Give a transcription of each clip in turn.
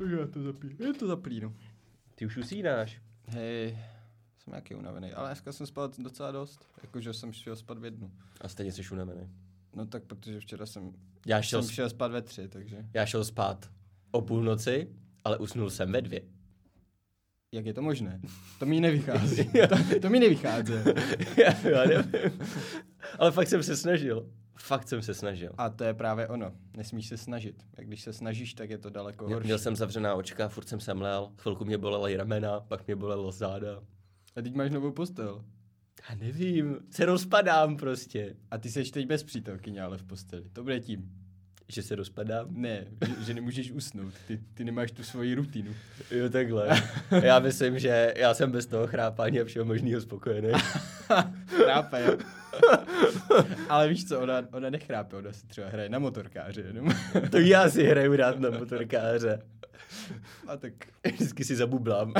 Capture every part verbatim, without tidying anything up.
Já to zapí. Je to zaplý, no. Ty už usínáš. Hej, jsem nějaký unavený, ale dneska jsem spal docela dost. Jakože jsem šel spát v jednu. A stejně jsi unavený. No tak protože včera jsem, Já šel, jsem šel spát ve tři, takže. já šel spát o půlnoci, ale usnul jsem ve dvě. Jak je to možné? To mi nevychází. to, to mi nevychází. já, já nevím. Ale fakt jsem se snažil. Fakt jsem se snažil. A to je právě ono. Nesmíš se snažit. Jak když se snažíš, tak je to daleko Měl, horší. měl jsem zavřená očka, furt jsem semlel, chvilku mě bolely ramena, pak mě bolelo záda. A teď máš novou postel. Já nevím, se rozpadám prostě. A ty seš teď bez přítelkyně, ale v posteli. To bude tím. Že se rozpadám? Ne, že, že nemůžeš usnout. Ty, ty nemáš tu svoji rutinu. Jo, takhle. Já myslím, že já jsem bez toho chrápání a všeho možného spokojený. Chrápe, jo. Ale víš co, ona, ona nechrápe, ona si třeba hraje na motorkáře. Jenom. To já si hraju rád na motorkáře. A tak... Vždycky si zabublám.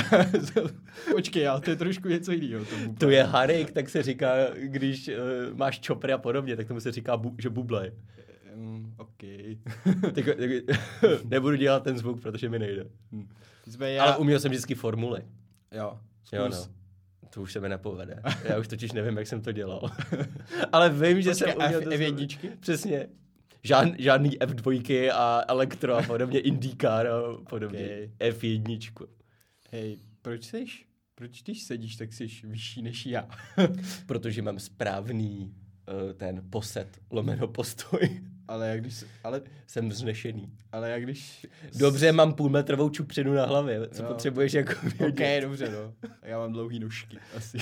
Počkej, ale to je trošku něco jiného. To, to je harik, tak se říká, když uh, máš čopry a podobně, tak tomu se říká, bu- že bublej. Um, OK. tak, tak, nebudu dělat ten zvuk, protože mi nejde. Hm. Já... Ale uměl jsem vždycky formuly. Jo, zkus. Jo, no. To už se mi nepovede. Já už totiž nevím, jak jsem to dělal. Ale vím, že Počkej, jsem uměl... F, to F jedna? Přesně. Žád, žádný F dva a elektro a podobně, IndyCar a podobně. Okay. F jedna. Hej, proč seš? Proč když sedíš, tak jsi vyšší než já? Protože mám správný uh, ten poset, lomeno postoj. Ale jak když... Ale, jsem vznešený. ale jak když... Dobře, mám půlmetrovou čupřinu na hlavě. Co jo. potřebuješ jako vědět? Ok, dobře, no. Já mám dlouhý nožky, asi.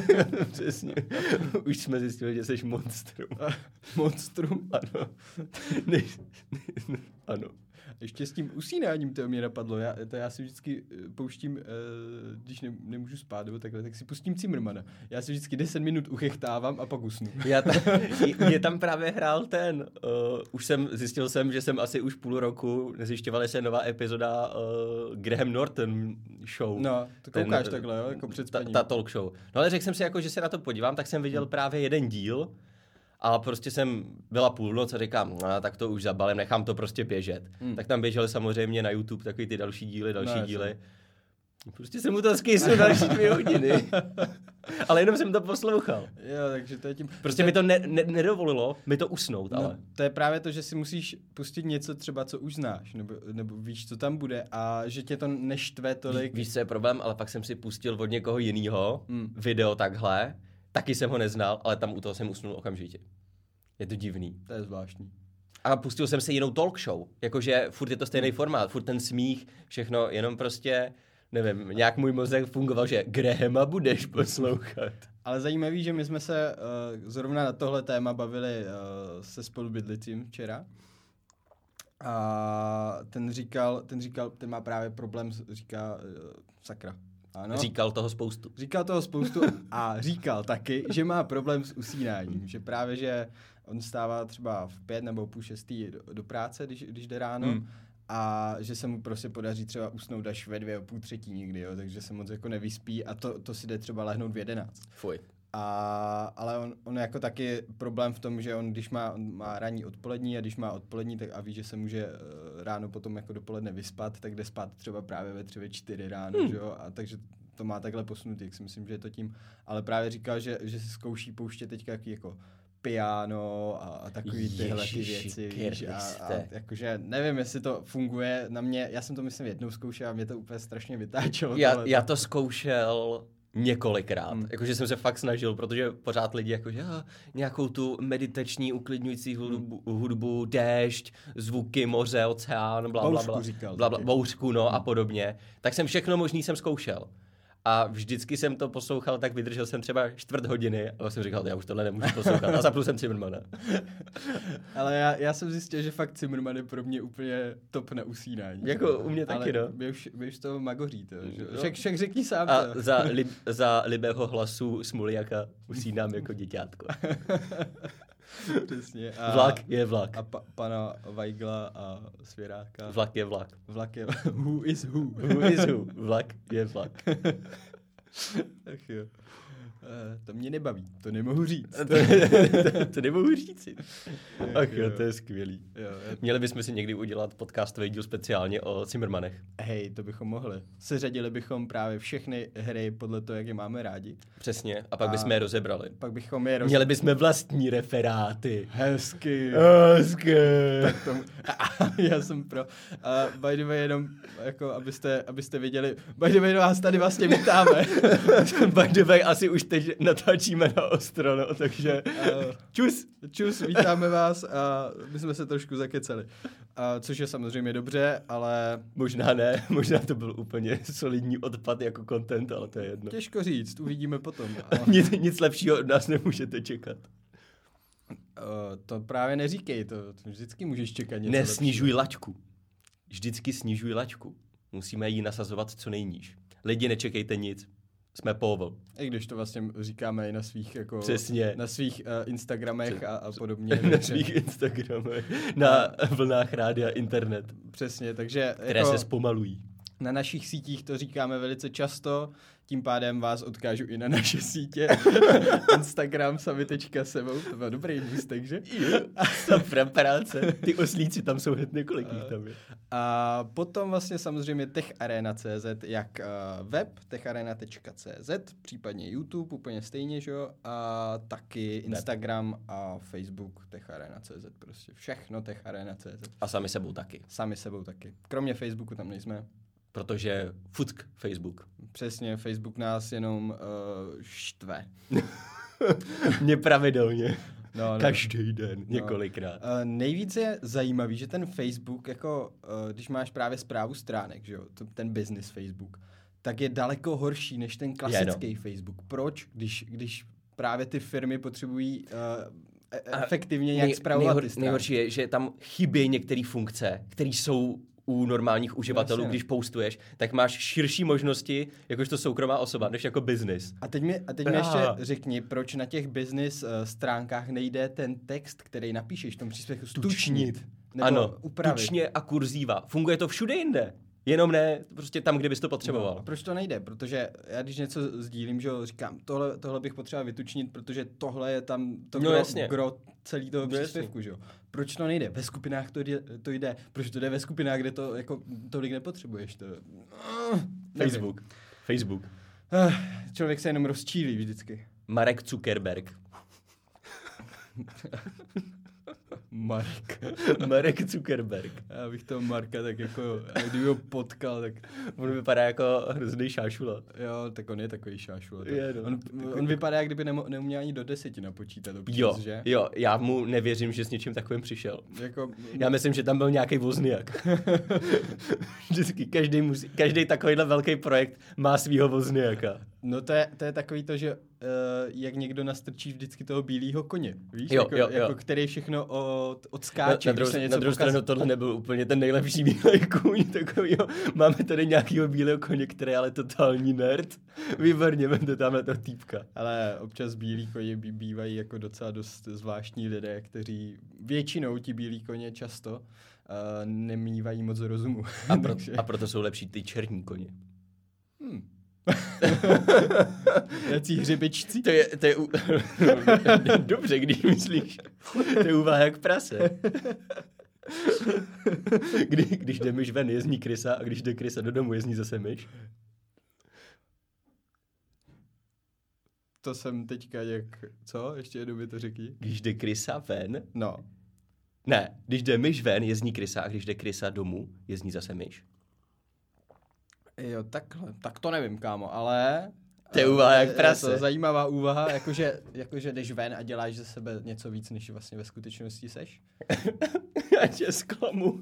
Přesně. Už jsme zjistili, že jsi monstrum. Monstrum? Ano. Ne, ne, ano. Ještě s tím usínáním to mě napadlo. Já, to já si vždycky pouštím, uh, když ne, nemůžu spát, nebo takhle, tak si pustím Zimmermana. Já si vždycky deset minut uchechtávám a pak usnu. Já ta, mě tam právě hrál ten. Uh, už jsem, zjistil jsem, že jsem asi už půl roku nezjišťoval, jestli je nová epizoda uh, Graham Norton show. No, to koukáš ten, takhle, jo, jako před spaním. Ta, ta talk show. No ale řekl jsem si, jako, že se na to podívám, tak jsem viděl hmm. právě jeden díl. A prostě jsem byla půlnoc a říkám, no, tak to už zabalím, nechám to prostě běžet. Hmm. Tak tam běžely samozřejmě na YouTube takový ty další díly, další no, díly. Jsem. Prostě jsem mu to skysl další dvě hodiny. Ale jenom jsem to poslouchal. Jo, takže to je tím... Prostě to mi to ne, ne, nedovolilo mi to usnout, ale... No, to je právě to, že si musíš pustit něco třeba, co už znáš, nebo, nebo víš, co tam bude a že tě to neštve tolik. Ví, víš, co je problém, ale pak jsem si pustil od někoho jinýho hmm. video takhle. Taky jsem ho neznal, ale tam u toho jsem usnul okamžitě. Je to divný. To je zvláštní. A pustil jsem si jinou talk show. Jakože furt je to stejný hmm. formát, furt ten smích, všechno, jenom prostě, nevím, nějak můj mozek fungoval, že Grahama budeš poslouchat. Ale zajímavý, že my jsme se uh, zrovna na tohle téma bavili uh, se spolubydlicím včera. A ten říkal, ten říkal, ten má právě problém, říká, uh, sakra. Ano. Říkal toho spoustu. Říkal toho spoustu a říkal taky, že má problém s usínáním. Že právě, že on stává třeba v pět nebo půl šestý do, do práce, když, když jde ráno. Hmm. A že se mu prostě podaří třeba usnout až ve dvě, o půl třetí někdy, jo, takže se moc jako nevyspí a to, to si jde třeba lehnout v jedenáct. Fuj. A, ale on, on jako taky problém v tom, že on když má, on má ranní odpolední a když má odpolední tak a ví, že se může uh, ráno potom jako dopoledne vyspat, tak jde spát třeba právě ve tři, ve čtyři ráno, hmm. že jo, a takže to má takhle posunutý, jak si myslím, že je to tím, ale právě říkal, že, že se zkouší pouštět teďka jaký jako piano a, a takový tyhle ty věci, víš, a, a jakože nevím, jestli to funguje na mě, já jsem to myslím jednou zkoušel a mě to úplně strašně vytáčelo. Já, já to zkoušel několikrát, hmm. jakože jsem se fakt snažil, protože pořád lidi jakože ah, nějakou tu meditační, uklidňující hudbu, hmm. hudbu, déšť, zvuky moře, oceán, bla, bla, bla, říkal, bla, bla, bouřku, no hmm. a podobně, tak jsem všechno možný jsem zkoušel. A vždycky jsem to poslouchal, tak vydržel jsem třeba čtvrt hodiny a jsem říkal, já už tohle nemůžu poslouchat. A zapnul jsem Zimmermana. Ale já, já jsem zjistil, že fakt Zimmerman je pro mě úplně top na usínání. Jako u mě taky, ale no. My už, my už to magoří, to. Však, však řekni sám a to. za, li, za libého hlasu Smuliaka usínám jako děťátko. Přesně. A, vlak je vlak. A pa, pana Weigla a Svěráka. Vlak je vlak. Vlak je who is who. Who is who. Vlak je vlak. Ach jo. to mě nebaví, to nemohu říct. to, to, to nemohu říct. Ach jo, to je skvělý. Jo, je... Měli bychom si někdy udělat podcastový díl speciálně o Zimmermanech. Hej, to bychom mohli. Seřadili bychom právě všechny hry podle toho, jak je máme rádi. Přesně, a pak a bychom je rozebrali. Pak bychom je rozebrali. Měli bychom vlastní referáty. Hezky. Hezky. Tak tomu, já jsem pro. A by the way, jenom, jako, abyste, abyste viděli, by the way, vás tady vlastně vítáme. By the way, asi už teď natáčíme na ostro, no, takže uh, čus, čus, vítáme vás a my jsme se trošku zakecali. A což je samozřejmě dobře, ale... Možná ne, možná to byl úplně solidní odpad jako content, ale to je jedno. Těžko říct, uvidíme potom. A... nic, nic lepšího od nás nemůžete čekat. Uh, to právě neříkej, to, to vždycky můžeš čekat něco Nesnižuj lepšího. laťku. Vždycky snižuj laťku. Musíme ji nasazovat co nejníž. Lidi, nečekejte nic. Jsme povel. I když to vlastně říkáme i na svých jako Přesně. na svých uh, Instagramech a, a podobně. Na svých Instagramech, na vlnách rádia internet. Přesně, takže které jako se zpomalují. Na našich sítích to říkáme velice často, tím pádem vás odkážu i na naše sítě. Instagram sami tečka sebou, to byl dobrý můstek, že? Super práce. Ty oslíci tam jsou hned několik jich tam je. A potom vlastně samozřejmě techarena tečka cé zet, jak uh, web techarena tečka cé zet, případně YouTube, úplně stejně, že jo? A taky Instagram a Facebook techarena tečka cé zet, prostě všechno techarena tečka cé zet. A sami sebou taky. Sami sebou taky. Kromě Facebooku tam nejsme. Protože futk Facebook. Přesně, Facebook nás jenom uh, štve. Mě pravidelně. No, no. Každý den, několikrát. No. Uh, nejvíc je zajímavý, že ten Facebook, jako uh, když máš právě správu stránek, že jo, to, ten business Facebook, tak je daleko horší než ten klasický je, no. Facebook. Proč? Když, když právě ty firmy potřebují uh, efektivně nějak nej, spravovat nejhor, ty stránky. Nejhorší je, že tam chybí některé funkce, které jsou u normálních uživatelů, Jasně. Když postuješ, tak máš širší možnosti, jakožto soukromá osoba, než jako business. A teď mi, a teď mi ještě řekni, proč na těch business uh, stránkách nejde ten text, který napíšeš v tom příspěvku stučnit. Nebo ano, upravit. tučně a kurzíva. Funguje to všude jinde. Jenom ne, prostě tam, kde bys to potřeboval. No, a proč to nejde? Protože já když něco sdílím, že jo, říkám, tohle, tohle bych potřeboval vytučnit, protože tohle je tam to no, gro, jasně. gro celý toho no, příspěvku, že jo. Proč to nejde? Ve skupinách to jde, to jde. Proč to jde ve skupinách, kde to jako tolik nepotřebuješ? To... Facebook. Facebook. Člověk se jenom rozčílí vždycky. Marek Zuckerberg. Marek. Marek Zuckerberg. Já bych toho Marka tak jako, kdyby ho potkal, tak... On vypadá jako hrozný šášula. Jo, tak on je takový šášula. Je, no. on, on vypadá, jak kdyby nemo, neuměl ani do deseti napočítat občas, jo, že? Jo, já mu nevěřím, že s něčím takovým přišel. Jako, já myslím, že tam byl nějaký vozňák. Vždycky každý, musí, každý takovýhle velký projekt má svýho vozňáka. No to je, to je takový to, že uh, jak někdo nastrčí vždycky toho bílého koně, víš? Jo, jako, jo, jako jo. který všechno od, odskáče. Na, na, druhou, na druhou stranu tohle nebyl úplně ten nejlepší bílej kůň, takovýho. Máme tady nějakýho bílého koně, který je ale totální nerd. Výborně, vemte tamhle toho týpka. Ale občas bílí koně bývají jako docela dost zvláštní lidé, kteří většinou ti bílí koně často uh, nemývají moc rozumu. A, pro, a proto jsou lepší ty černí koně. Hmm. Jací hřibičci? To je, to je u... Dobře, když myslíš. To je úvaha jak prase. Kdy, když jde myš ven, je z ní krysa, a když jde krysa do domu, je z ní zase myš. To jsem teďka jak... Co? Ještě jednou mi to řekni. Když jde krysa ven... No. Ne, když jde myš ven, je z ní krysa, a když jde krysa domů, je z ní zase myš. Jo, takhle. Tak to nevím, kámo, ale... To je úvaha jak prase. Je to zajímavá úvaha, jakože, jakože jdeš ven a děláš ze sebe něco víc, než vlastně ve skutečnosti seš. Já tě zklamu.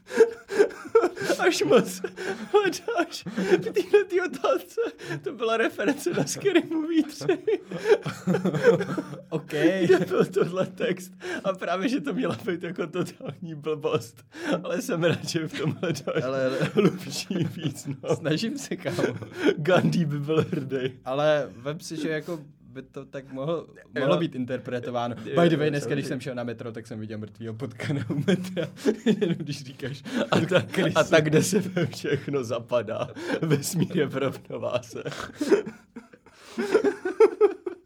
Až moc hledáš v této otázce. To byla reference na Scary Movie tři. OK. Kde byl tohle text. A právě, že to měla být jako totální blbost. Ale jsem rád, že v tom hledáš ale... hlubší víc. No. Snažím se, kámo. Gandhi by byl hrdý. Ale vem si, že jako by to tak mohlo, mohlo být interpretováno. By the way, dneska, když jsem šel na metro, tak jsem viděl mrtvýho potkana u metra. Jenom když říkáš. A, ta, a tak, kde se všechno zapadá. Vesmír je v rovnováze.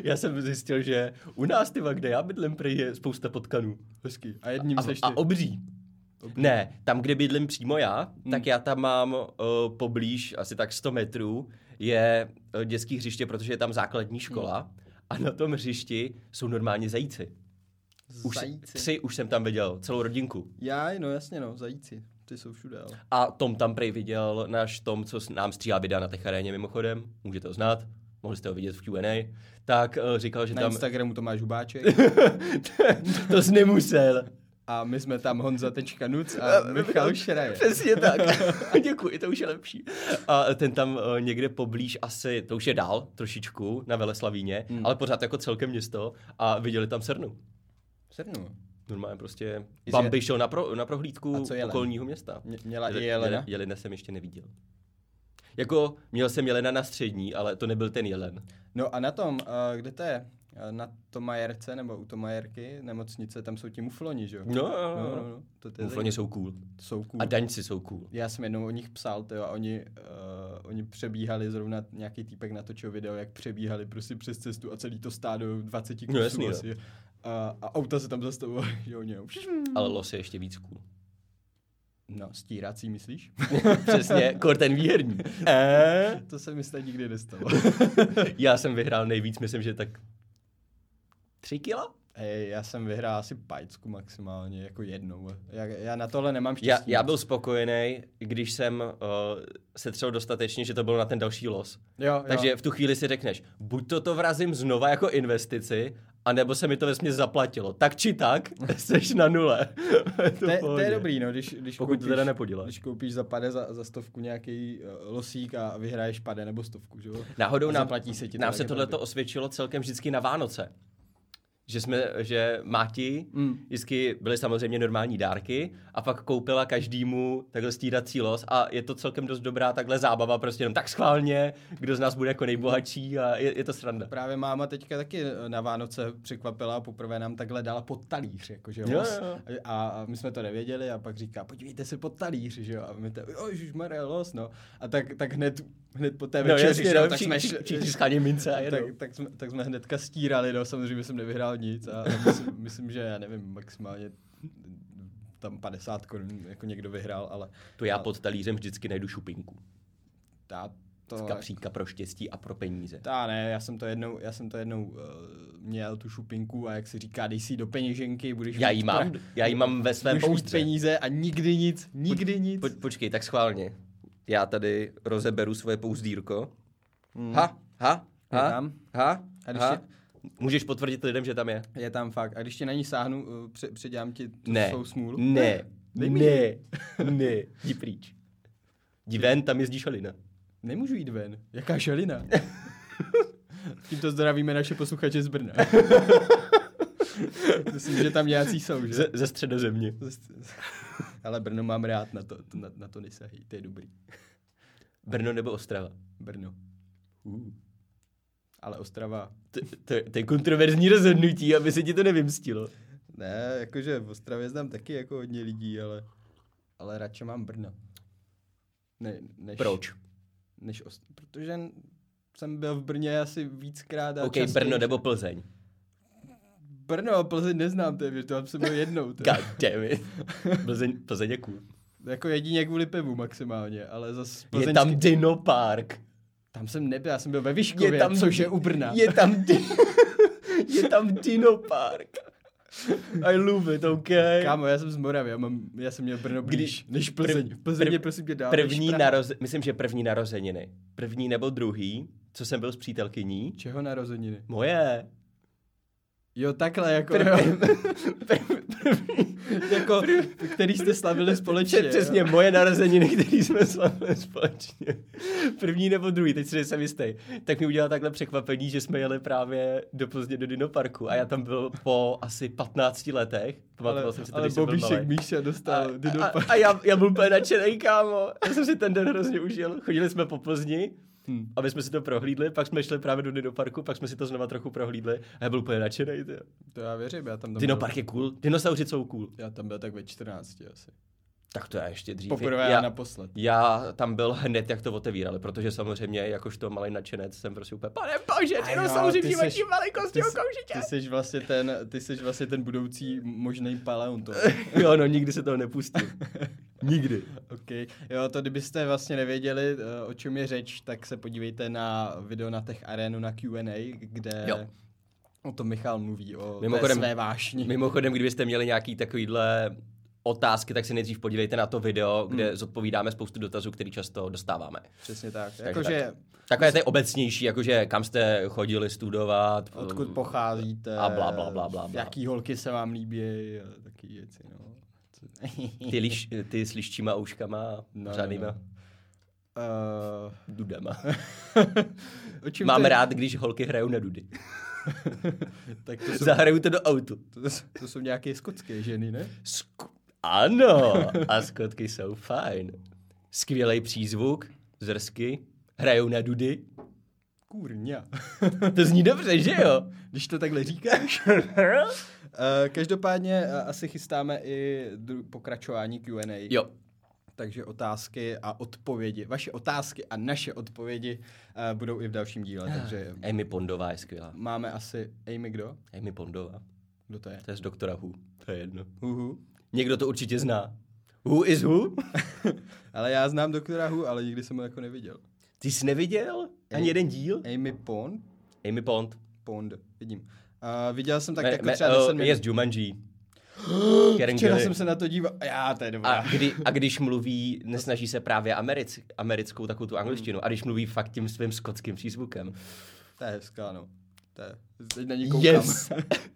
Já jsem zjistil, že u nás, tyva, kde já bydlím, prý je spousta potkanů. Hezky. A jedním A, seš ty. a obří. obří. Ne, tam, kde bydlím přímo já, hmm. tak já tam mám uh, poblíž, asi tak sto metrů, je uh, dětský hřiště, protože je tam základní škola hmm. a na tom hřišti jsou normálně zajíci. Už Zajíci. Tři už jsem tam viděl, celou rodinku. Já, no jasně, no, zajíci. Ty jsou všude, ale. A Tom tam prej viděl náš Tom, co nám stříhá videa na Tech Aréně mimochodem, můžete ho znát, mohli jste ho vidět v Q and A, tak uh, říkal, že na tam... Na Instagramu to máš Hubáček. To jsi nemusel. A my jsme tam Honza tečka nuc a Michal Šraje. Přesně tak. Děkuji, to už je lepší. A ten tam uh, někde poblíž asi, to už je dál trošičku, na Veleslavíně, hmm. ale pořád jako celkem město a viděli tam srnu. Srnu? Normálně prostě Bambi šel na, pro, na prohlídku okolního města. Mě, měla i jelena? Jelena jsem ještě neviděl. Jako, měl jsem jelena na střední, ale to nebyl ten jelen. No a na tom, uh, kde to je? Na Tomajerce nebo u Tomajerky, nemocnice, tam jsou ti mufloni, že jo? No, no, no. no, no. To Mufloni jsou cool. Jsou cool. A daňci jsou cool. Já jsem jednou o nich psal, tyjo, a oni, uh, oni přebíhali, zrovna nějaký týpek natočil video, jak přebíhali prostě přes cestu a celý to stádo dvacet kusů no, jasný, asi. No. A, a auta se tam zastavovaly, že jo, nějak. Ale los je ještě víc cool. No, stírací, myslíš? Přesně, kor ten výherní. Eee, to se mi snad nikdy nestalo. Já jsem vyhrál nejvíc, myslím, že tak tři kila? Ej, já jsem vyhrál asi pajcku maximálně, jako jednou. Já, já na tohle nemám štěstí. Já, já byl spokojený, když jsem uh, se třeba dostatečně, že to bylo na ten další los. Jo, Takže jo. v tu chvíli si řekneš, buď to to vrazím znova jako investici, anebo se mi to vesměs zaplatilo. Tak či tak, seš na nule. to, je, to je dobrý, no, když, když pokud koupíš, to teda nepoděláš. Když koupíš za pade za, za stovku nějaký uh, losík a vyhraješ pade nebo stovku, že jo? Náhodou nám, se, ti nám se tohleto osvědčilo celkem vždycky na Vánoce. Že jsme, že máti mm. vždycky byly samozřejmě normální dárky a pak koupila každému takhle stírací los a je to celkem dost dobrá takhle zábava, prostě jenom tak schválně, kdo z nás bude jako nejbohatší a je, je to sranda. Právě máma teďka taky na Vánoce překvapila a poprvé nám takhle dala pod talíř, jakože jo, los. Jo. A, a my jsme to nevěděli a pak říká, podívejte se pod talíř, že jo, a my to, jo, ježišmarja, los, no. A tak, tak hned, hned po té večeři, no, no, no, tak jsme všichni schání mince a jedou. Tak, tak, jsme, tak jsme hnedka stírali, no, samozřejmě jsem nevyhrál nic a, a myslím, myslím, že já nevím, maximálně tam padesát korun jako někdo vyhrál, ale... To já ale, pod talířem vždycky najdu šupinku. Ta, to... Z kapříka pro štěstí a pro peníze. Ta ne, já jsem to jednou, já jsem to jednou uh, měl tu šupinku a jak se říká, dej si ji do peněženky, budeš já jí mám, pra... já jí mám ve svém pouzdře. Peníze a nikdy nic, nikdy po, nic. Po, počkej, tak schválně. Já tady rozeberu svoje pouzdírko. Hmm. Ha, ha, ha, tam. ha, a když ha. tě... Můžeš potvrdit lidem, že tam je? Je tam fakt. A když ti na ní sáhnu, uh, pře- předělám ti tu ne. svou smůlu? Ne, ne, ne, ne, jdi pryč. Jdi ven, tam jezdí šalina. Nemůžu jít ven. Jaká šalina? Tímto zdravíme naše posluchače z Brna. Myslím, že tam nějací jsou, že? Ze, ze středozemě. Ale Brno mám rád, na to, na, na to nesahy, to je dobrý. Brno nebo Ostrava? Brno. Uh. Ale Ostrava... To, to, to je kontroverzní rozhodnutí, aby se ti to nevymstilo. Ne, jakože v Ostravě znám taky jako hodně lidí, ale, ale radši mám Brno. Ne, než, Proč? Než Ost... Protože jsem byl v Brně asi víckrát a OK, častěji. Brno nebo Plzeň? Brno a Plzeň neznám, to tam jsem byl jednou. God damn it. Plzeň, Plzeň je cool. Jako jedině kvůli pivu maximálně, ale zase Plzeňský... Je tam Dino Park. Tam jsem nebyl, já jsem byl ve Vyškově, je tam, což je u Brna. Je tam, di- je tam Dino Park. I love it, OK. Kámo, já jsem z Moravy, já, mám, já jsem měl Brno blíž, než Plzeň. V Plzeň je prosím tě dál první naroze, myslím, že první narozeniny. První nebo druhý, co jsem byl s přítelkyní. Čeho narozeniny? Moje. Jo, takhle, jako, první, jo. první, jako, který jste slavili společně. Přesně, moje narozeniny, který jsme slavili společně. První nebo druhý, teď si nejsem jistý. Tak mi udělal takhle překvapení, že jsme jeli právě do Plzně do Dinoparku a já tam byl po asi patnácti letech. Ale, jsem si ale Bobíšek Míša dostal a, Dinopark. A, a já, já byl úplně nadšenej, kámo. Já jsem si ten den hrozně užil. Chodili jsme po Plzni, Hmm. aby jsme si to prohlídli, pak jsme šli právě do Dinoparku, pak jsme si to znova trochu prohlídli a já byl úplně nadšenej. To já věřím, já tam, tam Dinopark byl... je cool, dinosauři jsou cool. Já tam byl tak ve čtrnácti asi. Tak to já ještě dřív. Poprvé já, a naposled. Já tam byl hned, jak to otevírali, protože samozřejmě jakožto malý nadšenec jsem prostě úplně, pane bože, jenom samozřejmě životní velikosti okamžitě. Ty jsi vlastně ten, ty jsi vlastně ten budoucí možný paleontolog. Jo, no, nikdy se toho nepustím. Nikdy. OK. Jo, to kdybyste vlastně nevěděli, o čem je řeč, tak se podívejte na video na Tech Arenu na Q and A, kde jo. o tom Michal mluví, o mimochodem, té své vášni. Mimochodem, kdybyste měli nějaký takovýhle otázky, tak si nejdřív podívejte na to video, kde hmm. zodpovídáme spoustu dotazů, který často dostáváme. Přesně tak. Jakože tak. Takové ty obecnější, jakože kam jste chodili studovat. Odkud pocházíte. A bla, bla, bla, bla, bla. Jaký holky se vám líbí a taky věci, no. Ty, liš, ty s liščíma ouškama, no, řádnýma no, no. Uh... dudama. Mám rád, když holky hrajou na dudy. Tak to jsou... Zahraju to do autu. To, to jsou nějaké skotské ženy, ne? Sk- ano, a skotky jsou fajn. Skvělej přízvuk, zrsky, hrajou na dudy. Kurňa. To zní dobře, že jo? Když to takhle říkáš. Uh, každopádně uh, asi chystáme i dru- pokračování Q and A. Jo. Takže otázky a odpovědi. Vaše otázky a naše odpovědi uh, budou i v dalším díle. Ah, takže Amy Pondová je skvělá. Máme asi... Amy kdo? Amy Pondová. Kdo to je? To je z Doktora Who. To je jedno. Who? Někdo to určitě zná. Who is who? Ale já znám Doktora Who, ale nikdy jsem ho jako neviděl. Ty jsi neviděl? Ani A- jeden díl? Amy Pond? Amy Pond. Pond, vidím. Uh, viděl jsem tak Me, jako me, třeba uh, deset minut. Je z Jumanji. Včera jsem se na to díval. Já, to je dobrá. A, kdy, a když mluví, nesnaží se právě americ, americkou takovou tu angličtinu, a když mluví fakt tím svým skotským přízvukem. To je hezká, no. To je, teď na ní koukám. Yes.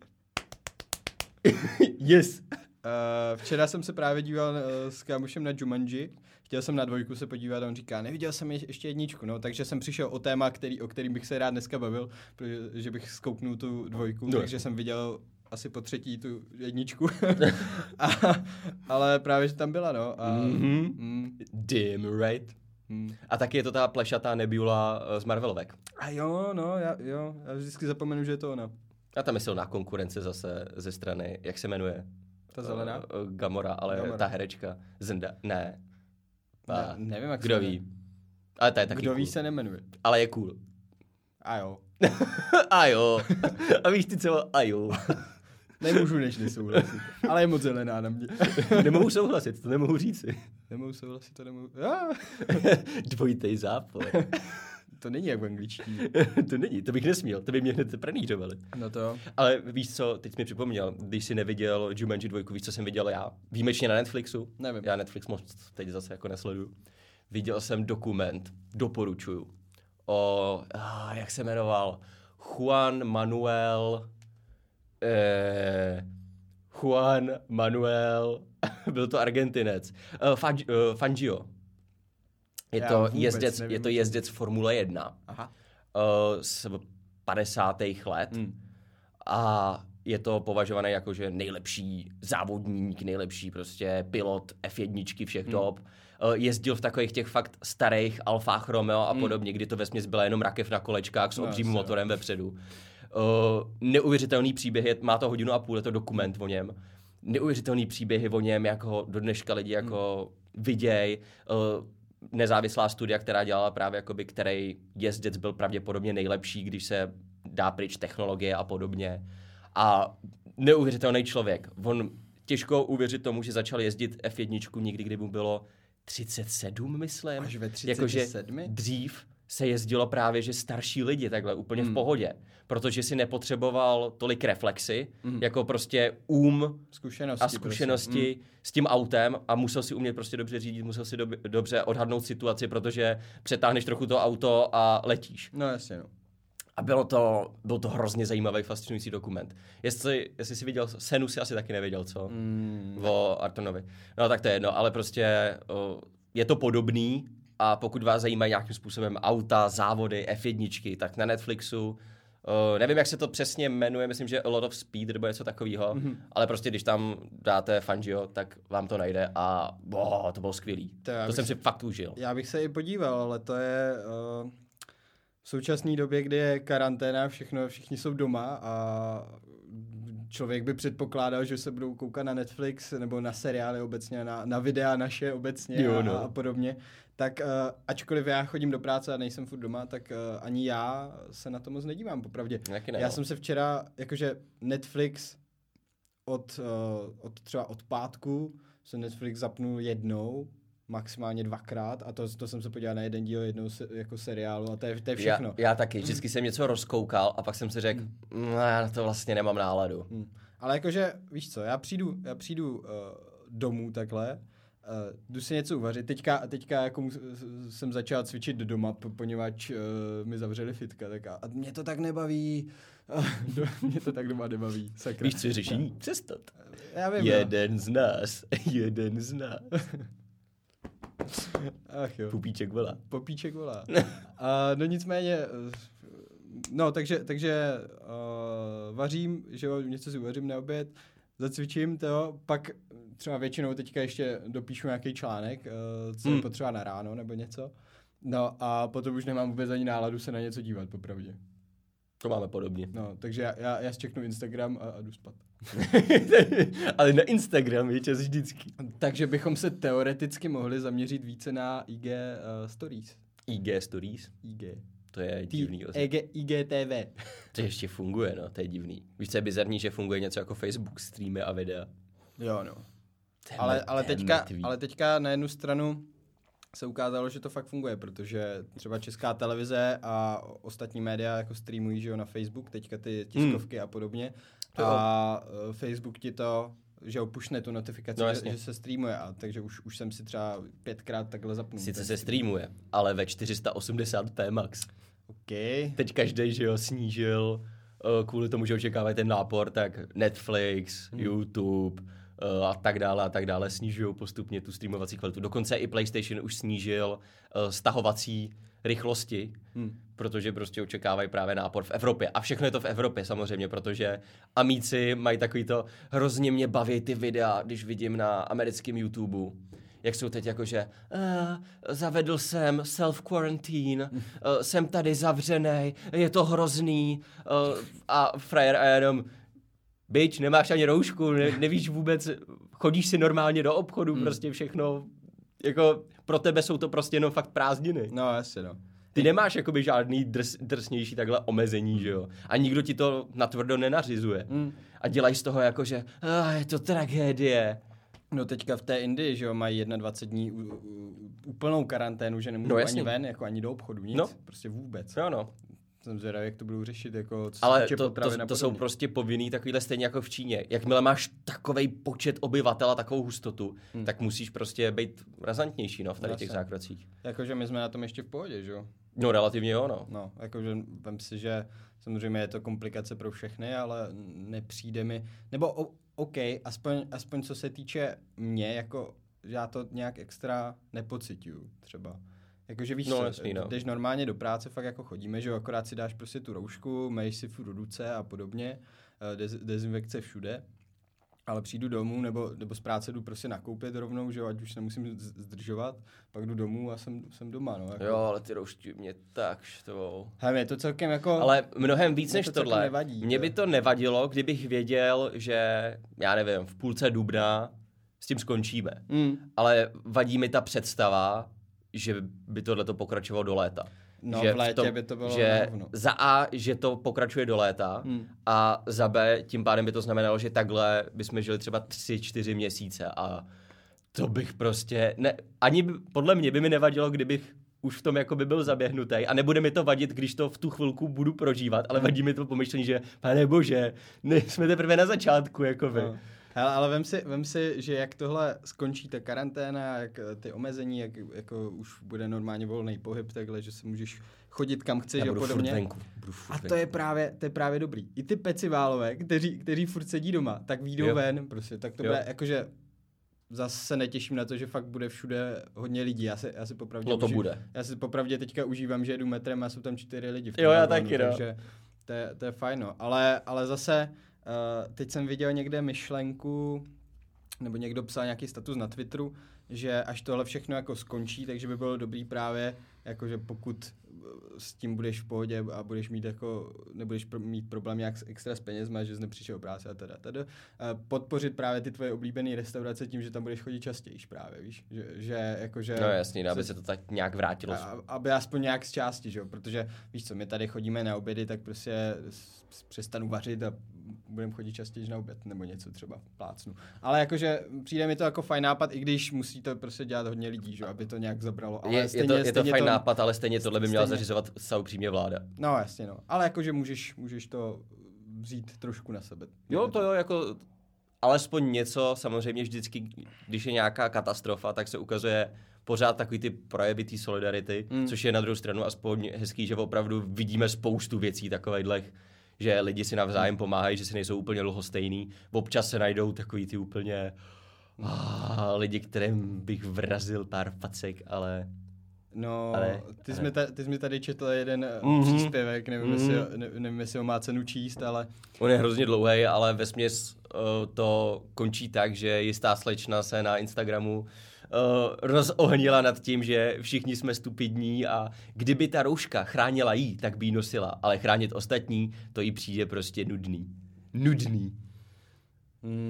Yes. Uh, včera jsem se právě díval uh, s kámošem na Jumanji. Chtěl jsem na dvojku se podívat a on říká, neviděl jsem je, ještě jedničku, no, takže jsem přišel o téma, který, o kterým bych se rád dneska bavil, protože bych zkouknul tu dvojku, no. Takže jsem viděl asi po třetí tu jedničku. a, ale právě, že tam byla, no. A, mm-hmm. mm. Damn right. Mm. A taky je to ta plešatá Nebula z Marvelovek. A jo, no, já, jo, já vždycky zapomenu, že je to ona. A tam je silná konkurence zase ze strany, jak se jmenuje? Ta zelená? Uh, Gamora, ale Gamora. ta herečka. Zenda, ne. Ne, nevím, jak kdo se ví. Ale ta je taky Kdo cool. ví se nemenuje. Ale je cool. A jo. A jo. A víš ty co? A jo. Nemůžu než nesouhlasit. Ale je moc zelená na mě. Nemohu souhlasit, to nemohu říci. Nemohu souhlasit, to nemohu. Ja. Dvojitej zápor. To není jak v angličtině. To není, to bych nesměl, to by mě hned pranířovali. No to. Ale víš co, teď jsi mi připomněl, když jsi neviděl Jumanji dvojku, víš co jsem viděl já? Výjimečně na Netflixu. Nevím. Já Netflix moc teď zase jako nesleduju. Viděl jsem dokument, doporučuju, o, ah, jak se jmenoval, Juan Manuel, eh, Juan Manuel, byl to Argentinec, uh, Fang, uh, Fangio. Je to, jezdec, je to jezdec Formule jedna. Aha. Uh, z padesátých let. Hmm. A je to považované jako, že nejlepší závodník, nejlepší prostě pilot F jedna všech dob. Hmm. Uh, jezdil v takových těch fakt starých Alfách Romeo a podobně, hmm. kdy to vesměs byla jenom rakev na kolečkách s obřím no, motorem vepředu. Uh, neuvěřitelný příběh, je, má to hodinu a půl, je to dokument o něm. Neuvěřitelný příběhy o něm, jak ho do dneška lidi jako hmm. viděj. Uh, nezávislá studia, která dělala právě, jakoby, který jezdec byl pravděpodobně nejlepší, když se dá pryč technologie a podobně. A neuvěřitelný člověk. On těžko uvěřit tomu, že začal jezdit F jedna někdy, kdy mu bylo třicet sedm, myslím. Až ve třiceti sedmi? Jakože dřív se jezdilo právě, že starší lidi takhle úplně hmm. v pohodě. Protože si nepotřeboval tolik reflexy, hmm. jako prostě um zkušenosti a zkušenosti hmm. s tím autem a musel si umět prostě dobře řídit, musel si dob- dobře odhadnout situaci, protože přetáhneš trochu to auto a letíš. No jasně, no. A bylo to, byl to hrozně zajímavý, fascinující dokument. Jestli, jestli jsi viděl, Senu si asi taky nevěděl, co? Mm. O Artonovi. No tak to je jedno, ale prostě o, je to podobný a pokud vás zajímají nějakým způsobem auta, závody, F jedna, tak na Netflixu, o, nevím, jak se to přesně jmenuje, myslím, že A Lot of Speed nebo něco takového, mm-hmm. ale prostě když tam dáte Fangio, tak vám to najde a bo, to bylo skvělý. To, to jsem si fakt užil. Já bych se i podíval, ale to je... Uh... V současné době, kdy je karanténa, všechno, všichni jsou doma a člověk by předpokládal, že se budou koukat na Netflix nebo na seriály obecně, na, na videa naše obecně jo, a, no. a podobně. Tak uh, ačkoliv já chodím do práce a nejsem furt doma, tak uh, ani já se na to moc nedívám, popravdě. Ne, já jsem se včera, jakože Netflix od, uh, od třeba od pátku se Netflix zapnul jednou, maximálně dvakrát a to, to jsem se podíval na jeden díl jednou se, jako seriálu a to je, to je všechno. Já, já taky, vždycky jsem něco rozkoukal a pak jsem si řekl, hmm. no, já na to vlastně nemám náladu. Hmm. Ale jakože, víš co, já přijdu, já přijdu uh, domů takhle, uh, jdu si něco uvařit, teďka, teďka jako mus, jsem začal cvičit do doma, poněvadž uh, mi zavřeli fitka, tak a, a mě to tak nebaví, mě to tak doma nebaví, sakra. Víš, co je řešení? Přestat. Já vím, jeden no. z nás, jeden z nás. Ach jo. Pupíček volá. Popíček volá. A, no nicméně, no takže, takže uh, vařím, že jo, něco si uvařím na oběd, zacvičím to, pak třeba většinou teďka ještě dopíšu nějaký článek, uh, co hmm. je potřeba na ráno nebo něco. No a potom už nemám vůbec ani náladu se na něco dívat, popravdě. To máme podobně. No, takže já, já, já zčeknu Instagram a, a jdu spát. Ale na Instagram je čas vždycky. Takže bychom se teoreticky mohli zaměřit více na I G uh, Stories. I G Stories? I G. To je divný. I G T V. To ještě funguje, no, to je divný. Víš, co je bizarní, že funguje něco jako Facebook, streamy a videa. Jo, no. Ale, ale, teďka, ale teďka na jednu stranu se ukázalo, že to fakt funguje, protože třeba Česká televize a ostatní média jako streamují, že jo, na Facebook, teďka ty tiskovky hmm. a podobně. To a jo. Facebook ti to, že jo, pušne tu notifikaci, no, že, že se streamuje, a takže už, už jsem si třeba pětkrát takhle zapnul. Sice se streamuje, ale ve čtyři sta osmdesát p max. OK. Teď každý, že jo, snížil, uh, kvůli tomu, že očekávají ten nápor, tak Netflix, hmm. YouTube, Uh, a tak dále a tak dále snižují postupně tu streamovací kvalitu. Dokonce i PlayStation už snížil uh, stahovací rychlosti, hmm. protože prostě očekávají právě nápor v Evropě. A všechno je to v Evropě samozřejmě, protože Amíci mají takový to, hrozně mě baví ty videa, když vidím na americkém YouTube, jak jsou teď jakože uh, zavedl jsem self-quarantine, uh, jsem tady zavřenej, je to hrozný uh, a frajer a jenom Bič, nemáš ani roušku, ne, nevíš vůbec, chodíš si normálně do obchodu, hmm. prostě všechno, jako pro tebe jsou to prostě jenom fakt prázdniny. No, jasně, no. Ty nemáš jakoby žádný drs, drsnější takhle omezení, že jo? A nikdo ti to natvrdo nenařizuje. Hmm. A dělají z toho jako, že ah, je to tragédie. No teďka v té Indii, že jo, mají dvacet jedna dní u, u, úplnou karanténu, že nemůžou no, ani ven, jako ani do obchodu, nic, no. prostě vůbec. Jo, no. Jsem zvědavý, jak to budou řešit, jako co ale to, to, to jsou prostě povinný takovýhle stejně jako v Číně. Jakmile máš takovej počet obyvatel a takovou hustotu, hmm. tak musíš prostě být razantnější, no, v tady těch zákrocích. Jakože my jsme na tom ještě v pohodě, že jo? No, relativně jo, no. No, jakože vem si, že samozřejmě je to komplikace pro všechny, ale nepřijde mi, nebo o, OK, aspoň, aspoň co se týče mě, jako já to nějak extra nepociťuju třeba. Jakože víš, no, jasný, no. jdeš normálně do práce, fakt jako chodíme, že jo, akorát si dáš prostě tu roušku, meješ si furt ruce a podobně, dez, dezinfekce všude, ale přijdu domů, nebo, nebo z práce jdu prostě nakoupit rovnou, že jo, ať už nemusím zdržovat, pak jdu domů a jsem, jsem doma, no. Jako. Jo, ale ty roušky mě tak štvou. Hele, je to celkem jako... Ale mnohem víc než to tohle. Nevadí, mě by to nevadilo, kdybych věděl, že, já nevím, v půlce dubna s tím skončíme. Mm. Ale vadí mi ta představa, že by tohleto pokračovalo do léta. No, že v létě v tom, by to bylo že rovno. Za A, že to pokračuje do léta hmm. a za B, tím pádem by to znamenalo, že takhle bychom žili třeba tři, čtyři měsíce a to bych prostě, ne, ani by, podle mě by mi nevadilo, kdybych už v tom jako by byl zaběhnutý a nebude mi to vadit, když to v tu chvilku budu prožívat, ale hmm. vadí mi to pomyšlení, že pane bože, ne, jsme teprve na začátku, jako vy. No. Hele, ale vem si, vem si, že jak tohle skončí ta karanténa, jak ty omezení, jak jako už bude normálně volný pohyb, takhle, že se můžeš chodit kam chceš a podobně. Venku, a to je právě, to je právě dobrý. I ty peciválové, kteří, kteří furt sedí doma, tak výjdou jo. ven, prostě, tak to jo. bude, jakože zase se netěším na to, že fakt bude všude hodně lidí. Já si, já si popravdě no to uži, bude. Já si popravdě teďka užívám, že jedu metrem a jsou tam čtyři lidi v tom jo, já vagónu, taky, no. Takže to je, to je fajn, no. Ale, ale zase uh, teď jsem viděl někde myšlenku, nebo někdo psal nějaký status na Twitteru, že až tohle všechno jako skončí, takže by bylo dobrý právě, jakože pokud s tím budeš v pohodě a budeš mít jako, nebudeš pro, mít problém nějak extra s penězma, že jsi nepřišel o práci a teda. teda. Uh, podpořit právě ty tvoje oblíbené restaurace tím, že tam budeš chodit častěji právě, víš? Že, že jakože... No jasně, aby se to tak nějak vrátilo. A, aby aspoň nějak z části, že jo? Protože víš co, my tady chodíme na obědy, tak prostě přestanu vařit a budeme chodit častěji na oběd, nebo něco třeba plácnu. Ale jakože přijde mi to jako fajn nápad, i když musí to prostě dělat hodně lidí, že? Aby to nějak zabralo. Ale je, stejně, je to, je to fajn to, nápad, ale stejně tohle by měla stejně, zařizovat zcela upřímně vláda. No jasně, no. Ale jakože můžeš, můžeš to vzít trošku na sebe. Jo, to jo, jako alespoň něco, samozřejmě vždycky, když je nějaká katastrofa, tak se ukazuje pořád takový ty projevy té solidarity, mm. což je na druhou stranu aspoň hezký, že opravdu vidíme spoustu věcí takovejhlech, že lidi si navzájem pomáhají, že si nejsou úplně lhostejný. Občas se najdou takový ty úplně ah, lidi, kterým bych vrazil pár facek, ale... No, ale, ty, ale... Jsi tady, ty jsi mi tady četl jeden mm-hmm. příspěvek, nevím, mm-hmm. jestli, ne, nevím, jestli ho má cenu číst, ale... On je hrozně dlouhý, ale vesměs uh, to končí tak, že jistá slečna se na Instagramu uh, rozohnila nad tím, že všichni jsme stupidní a kdyby ta rouška chránila jí, tak by ji nosila, ale chránit ostatní, to jí přijde prostě nudný. Nudný. Mm.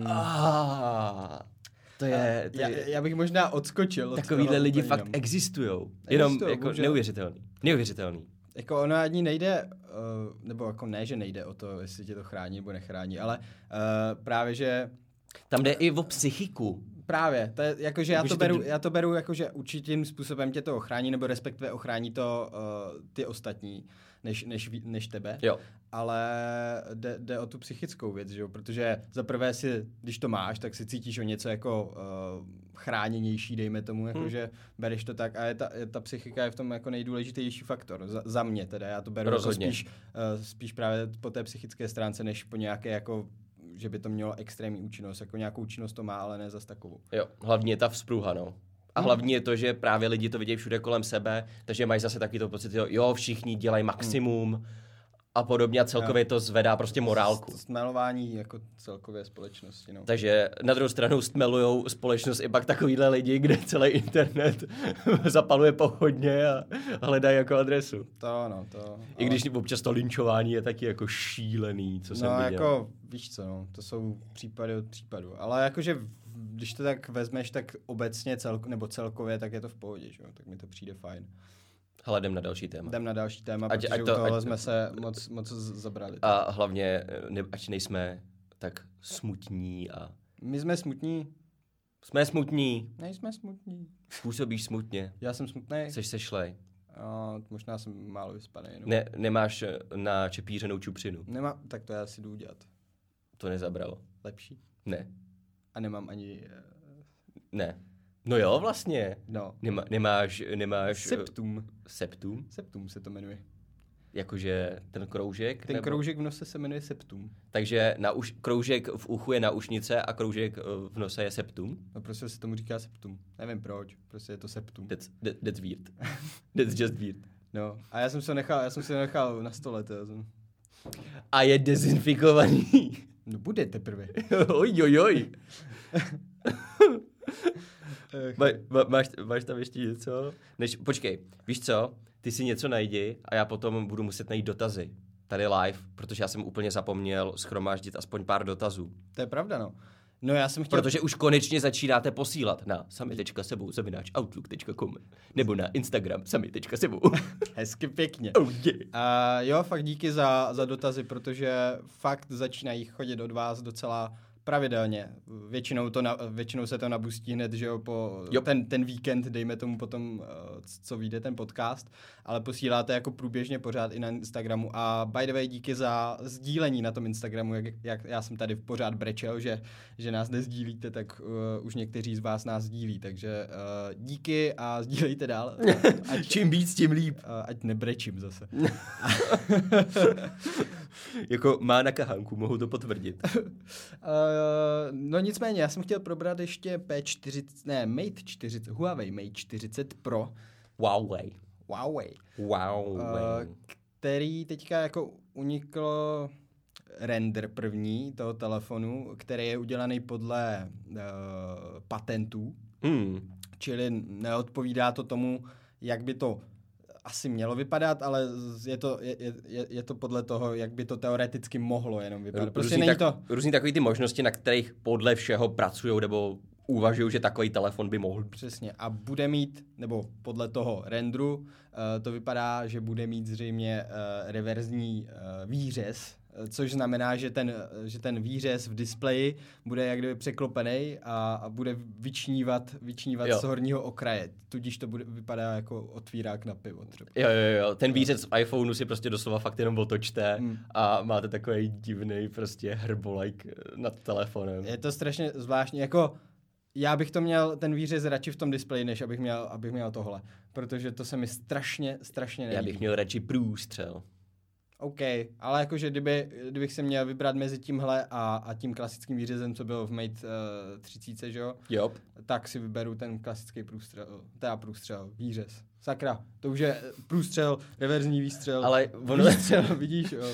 Ah, to je... To je... Já, já bych možná odskočil. Takovýhle lidi fakt jenom. existujou. Jenom existujou, jako bohužel. neuvěřitelný. Neuvěřitelný. Jako ono ani nejde, uh, nebo jako ne, že nejde o to, jestli tě to chrání nebo nechrání, ale uh, právě, že... Tam jde i o psychiku. Právě, to je, jakože já to beru, já to beru jakože určitým způsobem tě to ochrání, nebo respektive ochrání to uh, ty ostatní, než, než, než tebe. Jo. Ale jde, jde o tu psychickou věc, že jo? Protože za prvé si, když to máš, tak si cítíš o něco jako uh, chráněnější, dejme tomu, jakože hmm. bereš to tak a je ta, je ta psychika je v tom jako nejdůležitější faktor. Za, za mě teda, já to beru jako spíš, uh, spíš právě po té psychické stránce, než po nějaké jako že by to mělo extrémní účinnost. Jako nějakou účinnost to má, ale ne zas takovou. Jo, hlavně je ta vzpruha, no. A hmm. hlavně je to, že právě lidi to vidějí všude kolem sebe, takže mají zase takový to pocit, jo, jo všichni dělají maximum hmm. a podobně a celkově jo. to zvedá prostě morálku. Stmelování jako celkově společnosti, no. Takže na druhou stranu stmelujou společnost i pak takovýhle lidi, kde celý internet zapaluje pochodně a hledají jako adresu. To no, to. I ale... když občas to linčování je taky jako šílený, co jsem no, viděl. No jako, víš co, no, to jsou případy od případu. Ale jakože, když to tak vezmeš, tak obecně celko, nebo celkově, tak je to v pohodě, že jo, tak mi to přijde fajn. Ale jdem na další téma. Jdem na další téma, ať, protože ať u to, tohle ať... jsme se moc, moc zabrali. A hlavně, ne, ať nejsme tak smutní a... My jsme smutní. Jsme smutní. Nejsme smutní. Působíš smutně. Já jsem smutný. Jsi sešlej. A možná jsem málo vyspaný. No. Ne, nemáš na čepířenou čupřinu. Nemá, tak to já si jdu udělat. To nezabralo. Lepší? Ne. A nemám ani... Ne. No jo, vlastně. No. Nemá, nemáš, nemáš... Septum. Septum? Septum se to jmenuje. Jakože ten kroužek? Ten nebo... kroužek v nose se jmenuje septum. Takže na uš... kroužek v uchu je naušnice a kroužek v nose je septum? No prostě se tomu říká septum. Nevím proč, prostě je to septum. That's, that, that's weird. That's just weird. No, a já jsem se nechal, já jsem si nechal na stole, to jsem... A je dezinfikovaný. No bude teprve. oj, oj, oj. Má, má, máš, máš tam ještě něco? Než, počkej, víš co? Ty si něco najdi a já potom budu muset najít dotazy. Tady live, protože já jsem úplně zapomněl shromáždit aspoň pár dotazů. To je pravda, no. No já jsem chtěl... Protože už konečně začínáte posílat na sami tečka sebou zavináč outlook tečka com nebo na Instagram sami tečka sebou. Hezky pěkně. Oh yeah. A jo, fakt díky za, za dotazy, protože fakt začínají chodit od vás docela pravidelně. Většinou, to na, většinou se to nabustí hned, že jo, po ten, ten víkend, dejme tomu potom, co vyjde ten podcast, ale posíláte jako průběžně pořád i na Instagramu a by the way, díky za sdílení na tom Instagramu, jak, jak já jsem tady pořád brečel, že, že nás nezdílíte, tak uh, už někteří z vás nás sdílí, takže uh, díky a sdílejte dál. Ať, čím víc, tím líp. Uh, ať nebrečím zase. Jako má na kahánku, mohu to potvrdit. uh, no nicméně, já jsem chtěl probrat ještě P čtyřicet, ne, Mate čtyřicet, Huawei Mate čtyřicet Pro. Huawei. Huawei. Huawei. Uh, který teďka jako unikl render první toho telefonu, který je udělaný podle uh, patentů. Hmm. Čili neodpovídá to tomu, jak by to asi mělo vypadat, ale je to, je, je, je to podle toho, jak by to teoreticky mohlo jenom vypadat. Prostě různý, není tak, to... různý takový ty možnosti, na kterých podle všeho pracují nebo uvažují, že takový telefon by mohl být. Přesně. A bude mít, nebo podle toho renderu, uh, to vypadá, že bude mít zřejmě uh, reverzní uh, výřez, což znamená, že ten, že ten výřez v displeji bude jak kdyby překlopený a, a bude vyčnívat, vyčnívat z horního okraje. Tudíž to bude, vypadá jako otvírák na pivo třeba. Jo, jo, jo. Ten výřez v iPhoneu si prostě doslova fakt jenom otočte hmm. a máte takový divný prostě hrbolajk nad telefonem. Je to strašně zvláštní. Jako já bych to měl, ten výřez radši v tom displeji, než abych měl, abych měl tohle. Protože to se mi strašně, strašně nelíbí. Já bych měl radši průstřel. OK, ale jakože kdyby, kdybych se měl vybrat mezi tímhle a, a tím klasickým výřezem, co bylo v Mate uh, třicet, že jo? Jo. Tak si vyberu ten klasický průstřel, teda průstřel, výřez. Sakra, to už je průstřel, reverzní výstřel. Ale ono... Výstřel, vidíš? Jo,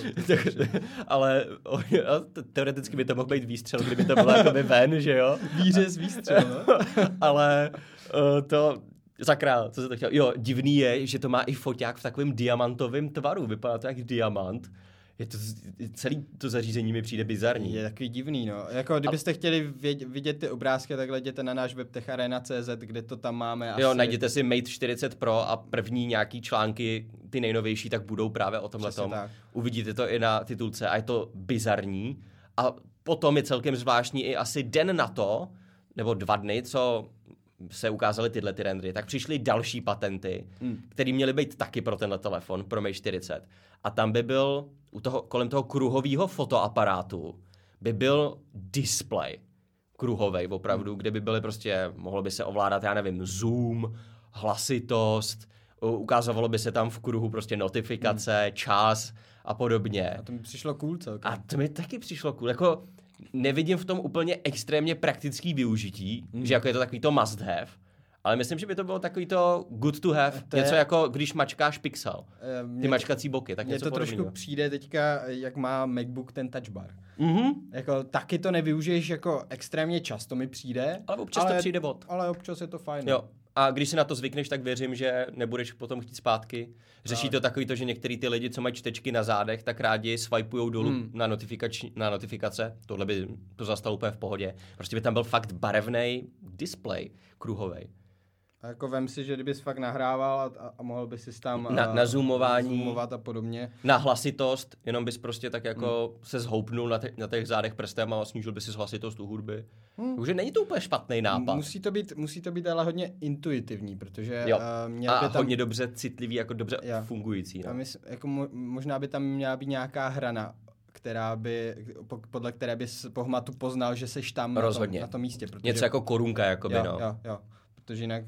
ale o, teoreticky by to mohl být výstřel, kdyby to bylo jakoby ven, že jo? Výřez, výstřel, no? Ale uh, to... Sakra, co se to chtěl? Jo, divný je, že to má i foťák v takovém diamantovém tvaru. Vypadá to jak diamant. Je to, celý to zařízení mi přijde bizarní. Je takový divný, no. Jako kdybyste A... chtěli věd, vidět ty obrázky, tak jděte na náš web tech arena tečka cé zet, kde to tam máme. Jo, asi... najděte si Mate čtyřicet Pro a první nějaký články, ty nejnovější, tak budou právě o tomhletom. Uvidíte to i na titulce a je to bizarní. A potom je celkem zvláštní i asi den na to, nebo dva dny, co se ukázaly tyhle ty rendery, tak přišly další patenty, hmm. které měly být taky pro tenhle telefon, pro Mate čtyřicet. A tam by byl, u toho, kolem toho kruhového fotoaparátu, by byl display kruhovej opravdu, hmm. kde by byly prostě, mohlo by se ovládat, já nevím, zoom, hlasitost, ukázalo by se tam v kruhu prostě notifikace, hmm. čas a podobně. A to mi přišlo cool celkem. A to mi taky přišlo cool, jako nevidím v tom úplně extrémně praktický využití, mm. že jako je to takový to must have, ale myslím, že by to bylo takový to good to have, to něco je... jako když mačkáš Pixel, ty mačkací boky, tak něco podobného. Mně to podobného. trošku přijde teďka, jak má MacBook ten touch bar. Mm-hmm. Jako taky to nevyužiješ jako extrémně často mi přijde. Ale občas ale, to přijde od. Ale občas je to fajn. Jo. A když si na to zvykneš, tak věřím, že nebudeš potom chtít zpátky. Řeší to takový to, že některý ty lidi, co mají čtečky na zádech, tak rádi swipujou dolů hmm. na, notifikač- na notifikace. Tohle by to zastalo úplně v pohodě. Prostě by tam byl fakt barevný display kruhovej. A jako vem si, že kdybys fakt nahrával a, a mohl bys si tam na, na zoomování, zoomovat a podobně. Na hlasitost, jenom bys prostě tak jako hmm. se zhoupnul na, te, na těch zádech prstem a snížil bys si hlasitost u hudby. Hmm. Takže není to úplně špatný nápad. Musí to být, musí to být ale hodně intuitivní, protože jo. Uh, měl a by tam... hodně dobře citlivý, jako dobře jo. fungující. No. A mysl, jako mo, možná by tam měla být nějaká hrana, která by, podle které bys po hmatu poznal, že seš tam na tom, na tom místě. Protože... Něco jako korunka, jakoby, jo, no. Jo, jo, protože jinak...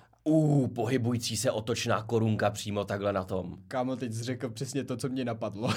Uh, pohybující se otočná korunka přímo takhle na tom. Kámo, teď jsi řekl přesně to, co mě napadlo.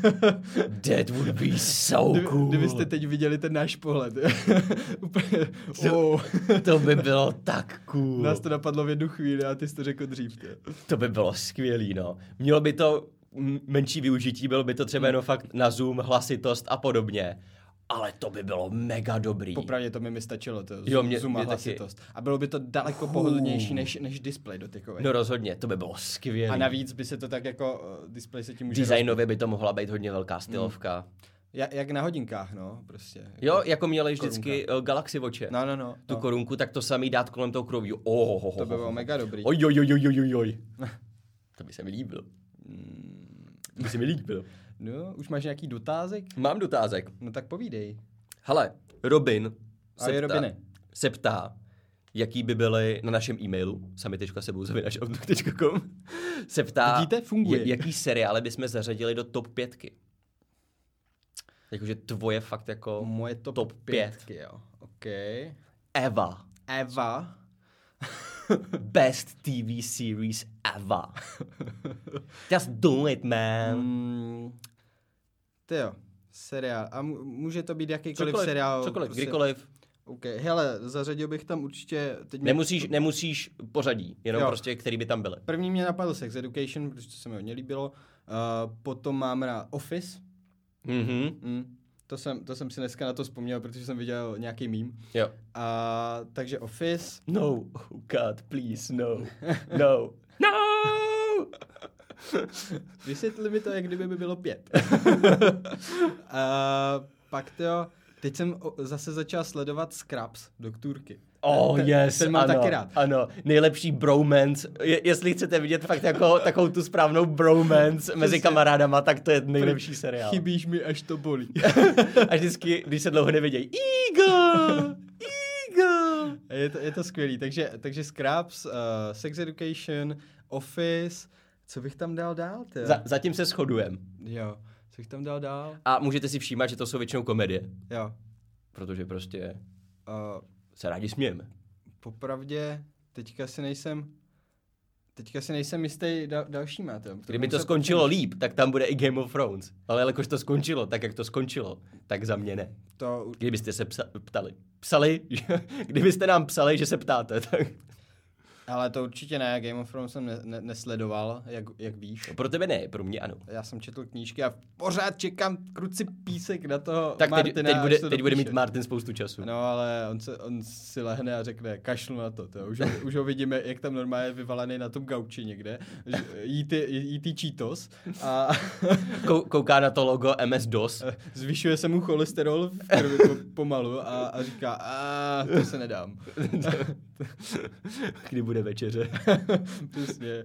That would be so Kdyby, cool. Kdybyste teď viděli ten náš pohled. Úplně, to, oh. to by bylo tak cool. Nás to napadlo v jednu chvíli a ty jsi to řekl dřív. Tě. To by bylo skvělý, no. Mělo by to menší využití, bylo by to třeba jenom fakt na zoom, hlasitost a podobně. Ale to by bylo mega dobrý. Popravdě to by mi stačilo, to jo, mě, zoom a mě hlasitost. Taky. A bylo by to daleko uh. pohodlnější než, než display dotykový. No rozhodně, to by bylo skvělé. A navíc by se to tak jako, uh, display se tím může... Designově by to mohla být hodně velká stylovka. Hmm. Ja, jak na hodinkách, no, prostě. Jako jo, jako měli vždycky uh, Galaxy Watche. No, no, no. Tu no. korunku, tak to samý dát kolem toho kruhu. Oh, oh, oh, to by bylo oh, mega dobrý. Oj, oj, oj, oj, oj, oj. To by se mi líbil. To by se mi líbil. No, už máš nějaký dotázek? Mám dotázek. No tak povídej. Hele, Robin se, ptá, Robine. se ptá, jaký by byly na našem e-mailu, sami tečka sebou zavináč outlook tečka com, se ptá, vidíte, funguje. jaký seriály bychom zařadili do top pětky. Jakože tvoje fakt jako moje top, top pětky, jo. OK. Eva. Eva. Best T V series ever. Just do it, man. Mm, tyjo. Seriál. A může to být jakýkoliv cokoliv, seriál. Cokoliv, prostě... kdykoliv. OK. Hele, zařadil bych tam určitě... Teď nemusíš, mě... nemusíš pořadí, jenom jo. prostě, který by tam byly. První mě napadl Sex Education, protože to se mi hodně líbilo. Uh, potom mám rád Office. Mhm. Mm. To jsem, to jsem si dneska na to vzpomněl, protože jsem viděl nějaký meme. Jo. A takže Office. No, oh God, please, no. No. No! Vysvětli mi to, jak kdyby by bylo pět. A pak to, teď jsem zase začal sledovat Scrubs, doktorky. Oh, ten, yes, ten mám ano, taky rád. Ano, nejlepší bromance. Je, jestli chcete vidět fakt jako takovou tu správnou bromance mezi kamarádama, tak to je nejlepší seriál. Chybíš mi, až to bolí. Až vždycky, když se dlouho nevidějí. Eagle! Eagle! Je to, je to skvělý. Takže, takže Scrubs, uh, Sex Education, Office, co bych tam dal dál? Za, zatím se shodujem. Jo, co bych tam dal dál? A můžete si všímat, že to jsou většinou komedie. Jo. Protože prostě Uh, se rádi smějeme. Popravdě, teďka si nejsem, teďka si nejsem jistý da, další máte. Kdyby to skončilo líp, tak tam bude i Game of Thrones. Ale jakož to skončilo tak, jak to skončilo, tak za mě ne. To... Kdybyste se psa- ptali. Psali? Kdybyste nám psali, že se ptáte, tak... Ale to určitě ne, Game of Thrones jsem ne, ne, nesledoval, jak, jak víš. No, pro tebe ne, pro mě ano. Já jsem četl knížky a pořád čekám kruci písek na toho tak Martina. teď, teď, bude, teď bude mít Martin spoustu času. No ale on, se, on si lehne a řekne, kašlu na to. to. Už, ho, už ho vidíme, jak tam normálně vyvalený na tom gauči někde. Jí ty, jí ty Cheetos. A Kou, kouká na to logo M S DOS. Zvyšuje se mu cholesterol v krvi po, pomalu a, a říká, a to se nedám. Kdy bude večeře. Přesně.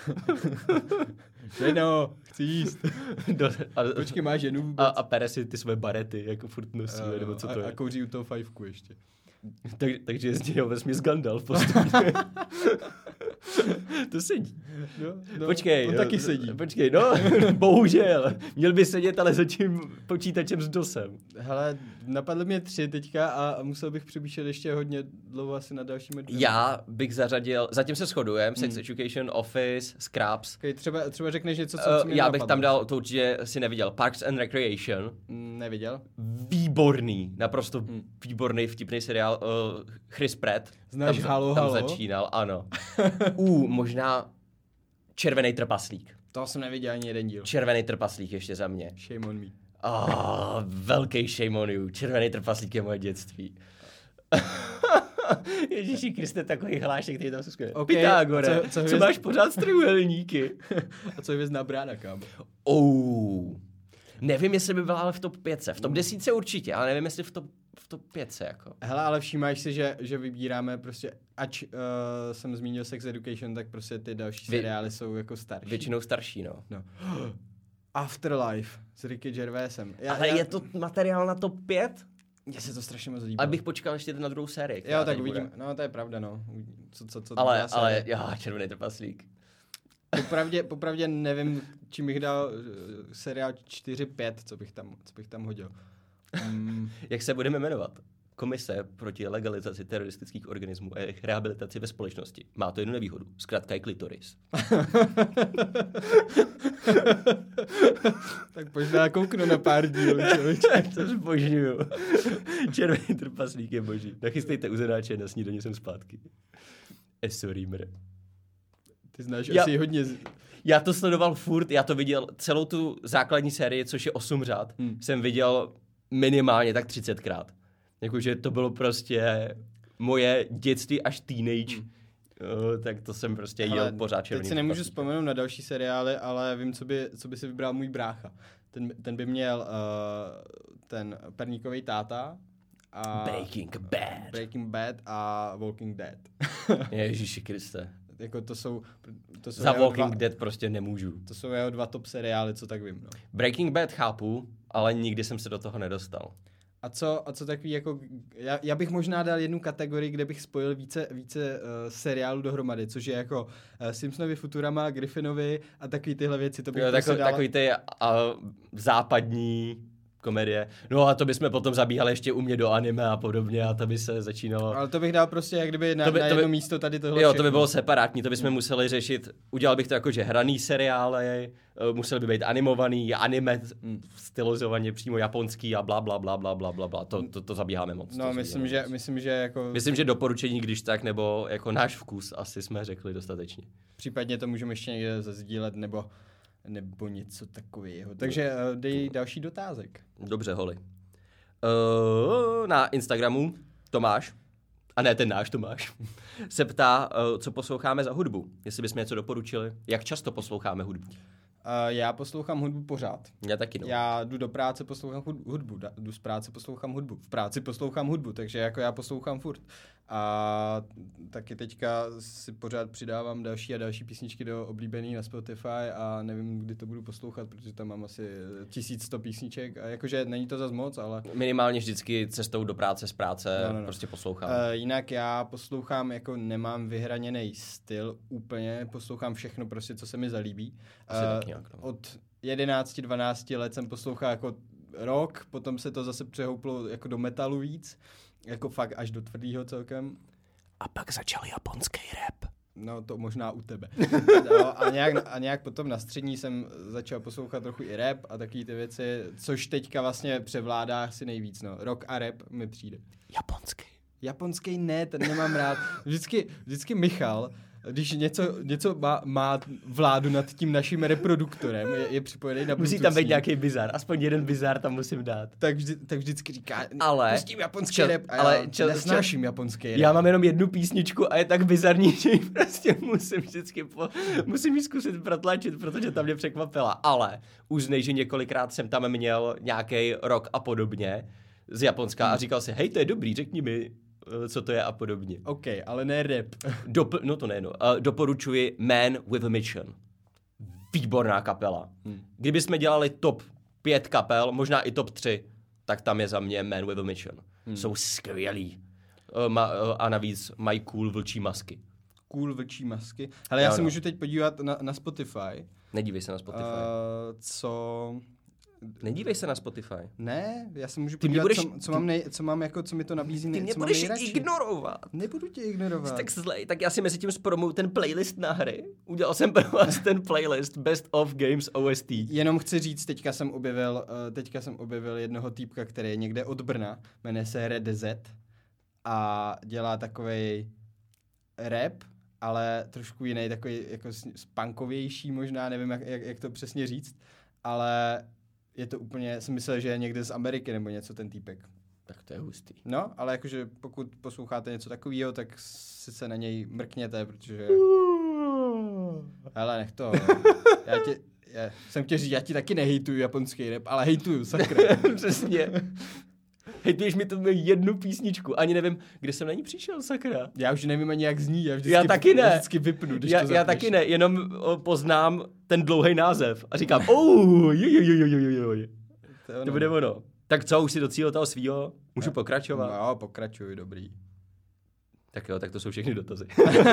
Ženo, chci jíst. Do, a, Počkej, má ženu vůbec? A, a pere si ty své barety, jako furt nosí, a, nebo co to a, je. A kouří u toho fajfku ještě. Tak, takže jezdí ho vesměs Gandalf postupně. To sedí. No, no, Počkej. on taky sedí. Počkej, no, bohužel. Měl by sedět, ale za tím počítačem s dosem. Hele, napadly mě tři teďka a musel bych přemýšlet ještě hodně dlouho asi na dalšími dvěma. Já bych zařadil, zatím se shodujem, Sex Hmm. Education, Office, Scrubs. Okay, třeba, třeba řekneš něco, co, Uh, co mě já napadlo. bych tam dal, to určitě si neviděl, Parks and Recreation. Mm, Neviděl. Výborný, naprosto Hmm. výborný, vtipný seriál. Uh, Chris Pratt. Znáš tam, Halo, tam Halo? začínal, ano. uh, možná Červený trpaslík. To jsem neviděl ani jeden díl. Červený trpaslík ještě za mě. Shame on me. Oh, velký shame on you. Červený trpaslík je moje dětství. Ježíši Kriste, takový hlášek, který tam se skvělý. Okay, Pythagore, co- co, co co hvězd- máš pořád z trojúhelníky? A co je hvězdná brána, kámo? Oh. Nevím, jestli by byla ale v top pět. V top desítce určitě, ale nevím, jestli v top, v top pět jako. Hele, ale všímáš si, že, že vybíráme prostě, ač uh, jsem zmínil Sex Education, tak prostě ty další Vy- seriály jsou jako starší. Většinou starší, no. No. Afterlife s Ricky Gervaisem. Já, Ale já, je to materiál na top pět? Mně se to strašně moc líbilo. Abych počkal ještě na druhou sérii. která Jo, tak teď bude. uvidíme. No, to je pravda, no. Co, co, co Ale, druhá série. ale, já, Červený trpaslík. Popravdě, popravdě nevím, čím bych dal uh, seriál čtyři pět, co bych tam, co bych tam hodil. Mm, Jak se budeme jmenovat? Komise proti legalizaci teroristických organismů a jejich rehabilitaci ve společnosti. Má to jednu nevýhodu. Zkrátka je klitoris. tak možná kouknu na pár dílů, člověče. To zbožňuju. Červený trpaslík je boží. Nachystejte uzenáče, na snídaní jsem zpátky. Sorry, mre. Ty znáš Já- asi hodně... Z... Já to sledoval furt, já to viděl, celou tu základní sérii, což je osm řád, Hmm. jsem viděl minimálně tak třicetkrát. Jakože to bylo prostě moje dětství až teenage. Hmm. Uh, tak to jsem prostě Hele, jel pořád teď červeným si nemůžu trpaslíkem. vzpomenout na další seriály, ale vím, co by, co by si vybral můj brácha. Ten, ten by měl uh, ten Perníkový táta a... Breaking Bad. Breaking Bad a Walking Dead. Ježíši Kriste. jako to jsou... To jsou Za jeho Walking dva, Dead prostě nemůžu. To jsou jeho dva top seriály, co tak vím. No. Breaking Bad chápu, ale nikdy jsem se do toho nedostal. A co, a co takový jako... Já, já bych možná dal jednu kategorii, kde bych spojil více, více uh, seriálů dohromady, což je jako uh, Simpsonovi, Futurama, Griffinovi a takový tyhle věci. To bych Jo, prostě tako, dal... takový ty a, západní komedie. No a to bychom potom zabíhali ještě u mě do anime a podobně a to by se začínalo... Ale to bych dal prostě jak kdyby na, To by- na to by- jedno místo tady tohle Jo, všechno. to by bylo separátní, to bychom museli řešit, udělal bych to jako, že hraný seriály, eh, musel by být animovaný, anime, Hmm. stylizovaně přímo japonský a bla bla bla bla bla bla bla, to, to, to zabíháme moc. No, to myslím, zabíháme že, moc. myslím, že jako... Myslím, že doporučení, když tak, nebo jako náš vkus, asi jsme řekli dostatečně. Případně to můžeme ještě někde zazdílet, nebo, nebo něco takového. Takže uh, dej další dotázek. Dobře, holi. Uh, na Instagramu Tomáš a ne ten náš Tomáš, se ptá, uh, co posloucháme za hudbu. Jestli bychom něco doporučili. Jak často posloucháme hudbu? Uh, já poslouchám hudbu pořád. Já taky no. Já jdu do práce, poslouchám hudbu, jdu z práce, poslouchám hudbu, v práci poslouchám hudbu, takže jako já poslouchám furt. A taky teďka si pořád přidávám další a další písničky do oblíbený na Spotify a nevím, kdy to budu poslouchat, protože tam mám asi tisíc sto písniček a jakože není to zas moc, ale... Minimálně vždycky cestou do práce, z práce no, no, no. prostě poslouchám. Uh, jinak já poslouchám, jako nemám vyhraněný styl úplně, poslouchám všechno prostě, co se mi zalíbí. Asi uh, tak nějak, no. Od jedenáct dvanáct let jsem poslouchal jako rock, potom se to zase přehouplo jako do metalu víc, jako fakt až do tvrdýho celkem. A pak začal japonský rap. No to možná u tebe. No, a, nějak, a nějak potom na střední jsem začal poslouchat trochu i rap a takové ty věci, což teďka vlastně převládá asi nejvíc. No. Rock a rap mi přijde. Japonský. Japonský ne, ten nemám rád. Vždycky, vždycky Michal, když něco, něco má, má vládu nad tím naším reproduktorem, je, je připojený na Musí tam být nějaký bizar, aspoň jeden bizar tam musím dát. Tak, vždy, tak vždycky říká, ale, pustím japonský čel, rap a ale já čel, nesnáším čel, japonský rap. Já mám jenom jednu písničku a je tak bizarní, že ji prostě musím vždycky, po, musím ji zkusit protlačit, protože tam mě překvapila. Ale uznej, že několikrát jsem tam měl nějaký rock a podobně z Japonska hmm. a říkal si, hej, to je dobrý, řekni mi, co to je a podobně. OK, ale ne rap. Dop- no to ne, no. Uh, doporučuji Man with a Mission. Výborná kapela. Hmm. Kdyby jsme dělali top pět kapel, možná i top tři, tak tam je za mě Man with a Mission. Hmm. Jsou skvělí. Uh, ma- uh, a navíc mají cool vlčí masky. Cool vlčí masky. Ale já no, se no. můžu teď podívat na, na Spotify. Nedívej se na Spotify. Uh, co... Nedívej se na Spotify. Ne, já se můžu ty podívat, budeš, co, co, mám nej, co mám jako, co mi to nabízí, ty ne, mě co mám budeš nejradši. ignorovat. Nebudu tě ignorovat. Tak zlej, tak já si mezi tím zpromuju ten playlist na hry. Udělal jsem pro vás ten playlist Best of Games O S T. Jenom chci říct, teďka jsem objevil, uh, teďka jsem objevil jednoho týpka, který je někde od Brna, jmenuje se Red Z a dělá takovej rap, ale trošku jiný, takový jako punkovější možná, nevím, jak, jak, jak to přesně říct, ale je to úplně, jsem myslel, že je někde z Ameriky nebo něco ten týpek. Tak to je hustý. No, ale jakože pokud posloucháte něco takového, tak si se na něj mrkněte, protože... Hele, nech to. Já tě, já, jsem chtěl říct, já ti taky nehejtuju japonský rap, ale hejtuju, sakra. Přesně. Hejtuješ mi to jednu písničku, ani nevím, kde jsem na ní přišel, sakra. Já už nevím ani jak zní, já vždycky, já taky ne. Já vždycky vypnu, když já, to zapneš. Já taky ne, jenom o, poznám ten dlouhý název a říkám, oh, jojojojojojoj. To, to bude ono. Tak co, už si docílil toho svýho? Můžu ne. pokračovat? No, pokračuj, dobrý. Tak jo, tak to jsou všechny dotazy.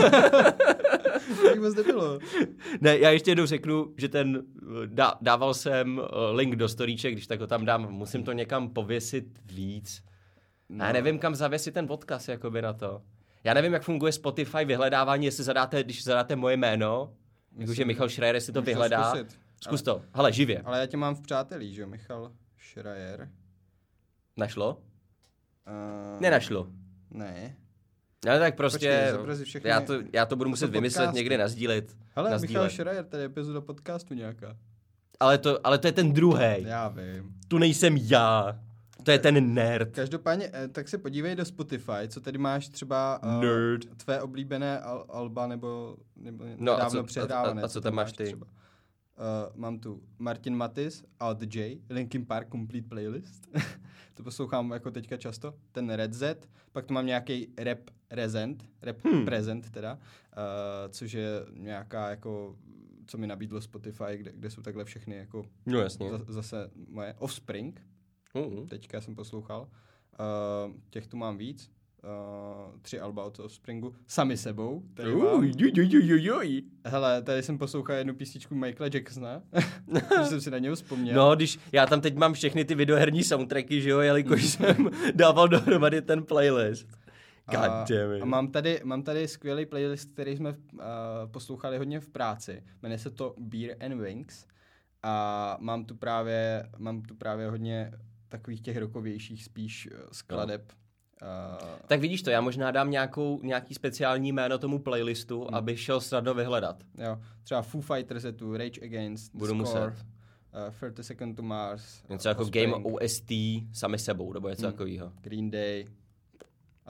Tak moc nebylo. Ne, já ještě jednou řeknu, že ten, dá, dával jsem link do storíček, když tak ho tam dám, musím to někam pověsit víc. No. Já nevím, kam zavěsit ten podcast, jakoby na to. Já nevím, jak funguje Spotify vyhledávání, jestli zadáte, když zadáte moje jméno, jakože Michal Schreier, jestli to vyhledá. To Zkus to, hele, živě. Ale já tě mám v přátelí, že jo, Michal Schreier. Našlo? Uh, Nenašlo. Ne. No tak prostě, Počkej, já, to, já to budu muset to vymyslet podcastu. Někde nazdílit. Hele, nazdílet. Michal Schreier, tady je epizoda podcastu nějaká. Ale to, ale to je ten druhej. Já vím. Tu nejsem já. To je ten nerd. Každopádně, tak se podívej do Spotify, co tady máš třeba uh, nerd. Tvé oblíbené al- alba nebo, nebo no, dávno a co, přehrávané. A, a, a co tam máš ty? Třeba. Uh, mám tu Martin Matis, Alt J, Linkin Park Complete Playlist. To poslouchám jako teďka často. Ten Red Z. Pak tu mám nějaký Rap Present, Rap hmm. Present teda, uh, což je nějaká jako, co mi nabídlo Spotify, kde, kde jsou takhle všechny jako no, jasně. Z, zase moje Offspring. Uh-huh. Teďka jsem poslouchal. Uh, těch tu mám víc. Uh, tři alba od Offspringu. Sami sebou. Tady uh, juj, juj, juj, juj. Hele, tady jsem poslouchal jednu písničku Michaela Jacksona, že jsem si na něho vzpomněl. No, když já tam teď mám všechny ty videoherní soundtracky, že jo, jelikož jsem dával dohromady ten playlist. God a, damn it. A mám tady, mám tady skvělý playlist, který jsme uh, poslouchali hodně v práci. Jmenuje se to Beer and Wings. A mám tu právě, mám tu právě hodně takových těch rockovějších spíš skladeb. No. Uh, tak vidíš to, já možná dám nějakou, nějaký speciální jméno tomu playlistu, hmm. aby šel snadno vyhledat. Jo, třeba Foo Fighters je tu, Rage Against, Budu Score, muset. Uh, thirty Seconds to Mars. Něco jako Offspring. Game O S T sami sebou, nebo něco hmm. takového. Green Day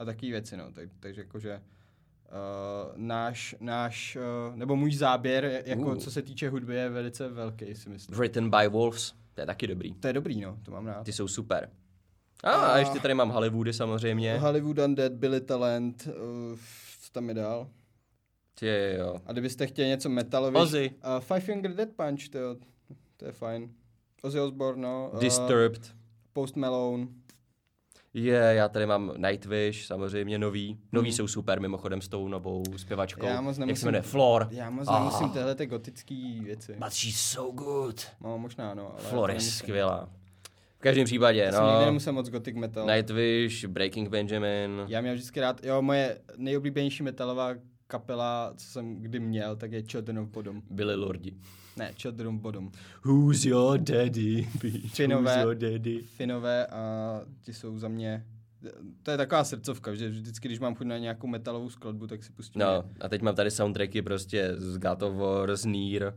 a takové věci, no. Tak, takže jakože uh, náš, náš uh, nebo můj záběr, jako uh. co se týče hudby, je velice velký, si myslím. Written by Wolves, to je taky dobrý. To je dobrý, no, to mám rád. Ty jsou super. A, a ještě tady mám Hollywoody samozřejmě. Hollywood Undead, Billy Talent, uh, co tam je dál? Je, jo. A kdybyste chtěli něco metalový... Ozzy. Uh, Five Finger Death Punch, to, to je fajn. Ozzy Osbourne, no. Uh, Disturbed. Post Malone. Je, já tady mám Nightwish, samozřejmě nový. Nový Hmm. jsou super, mimochodem s tou novou zpěvačkou. Já moc nemusím, Jak se jmenuje? Flor. Já moc Ah. nemusím tyhle ty gotický věci. But she's so good. No, možná, no. Ale Flor to je nemusím. skvělá. V každém případě, Já jsem no. nikdy nemusel moc gothic metal. Nightwish, Breaking Benjamin. Já měl vždycky rád, jo, moje nejoblíbenější metalová kapela, co jsem kdy měl, tak je Children of Bodom. Byli lordi. Ne, Children of Bodom. Who's your daddy? Bitch? Finové, Who's your daddy? Finové a ti jsou za mě, to je taková srdcovka, že vždycky, když mám chuť na nějakou metalovou skladbu, tak si pustím. No, a teď mám tady soundtracky prostě z God of War, z Nier,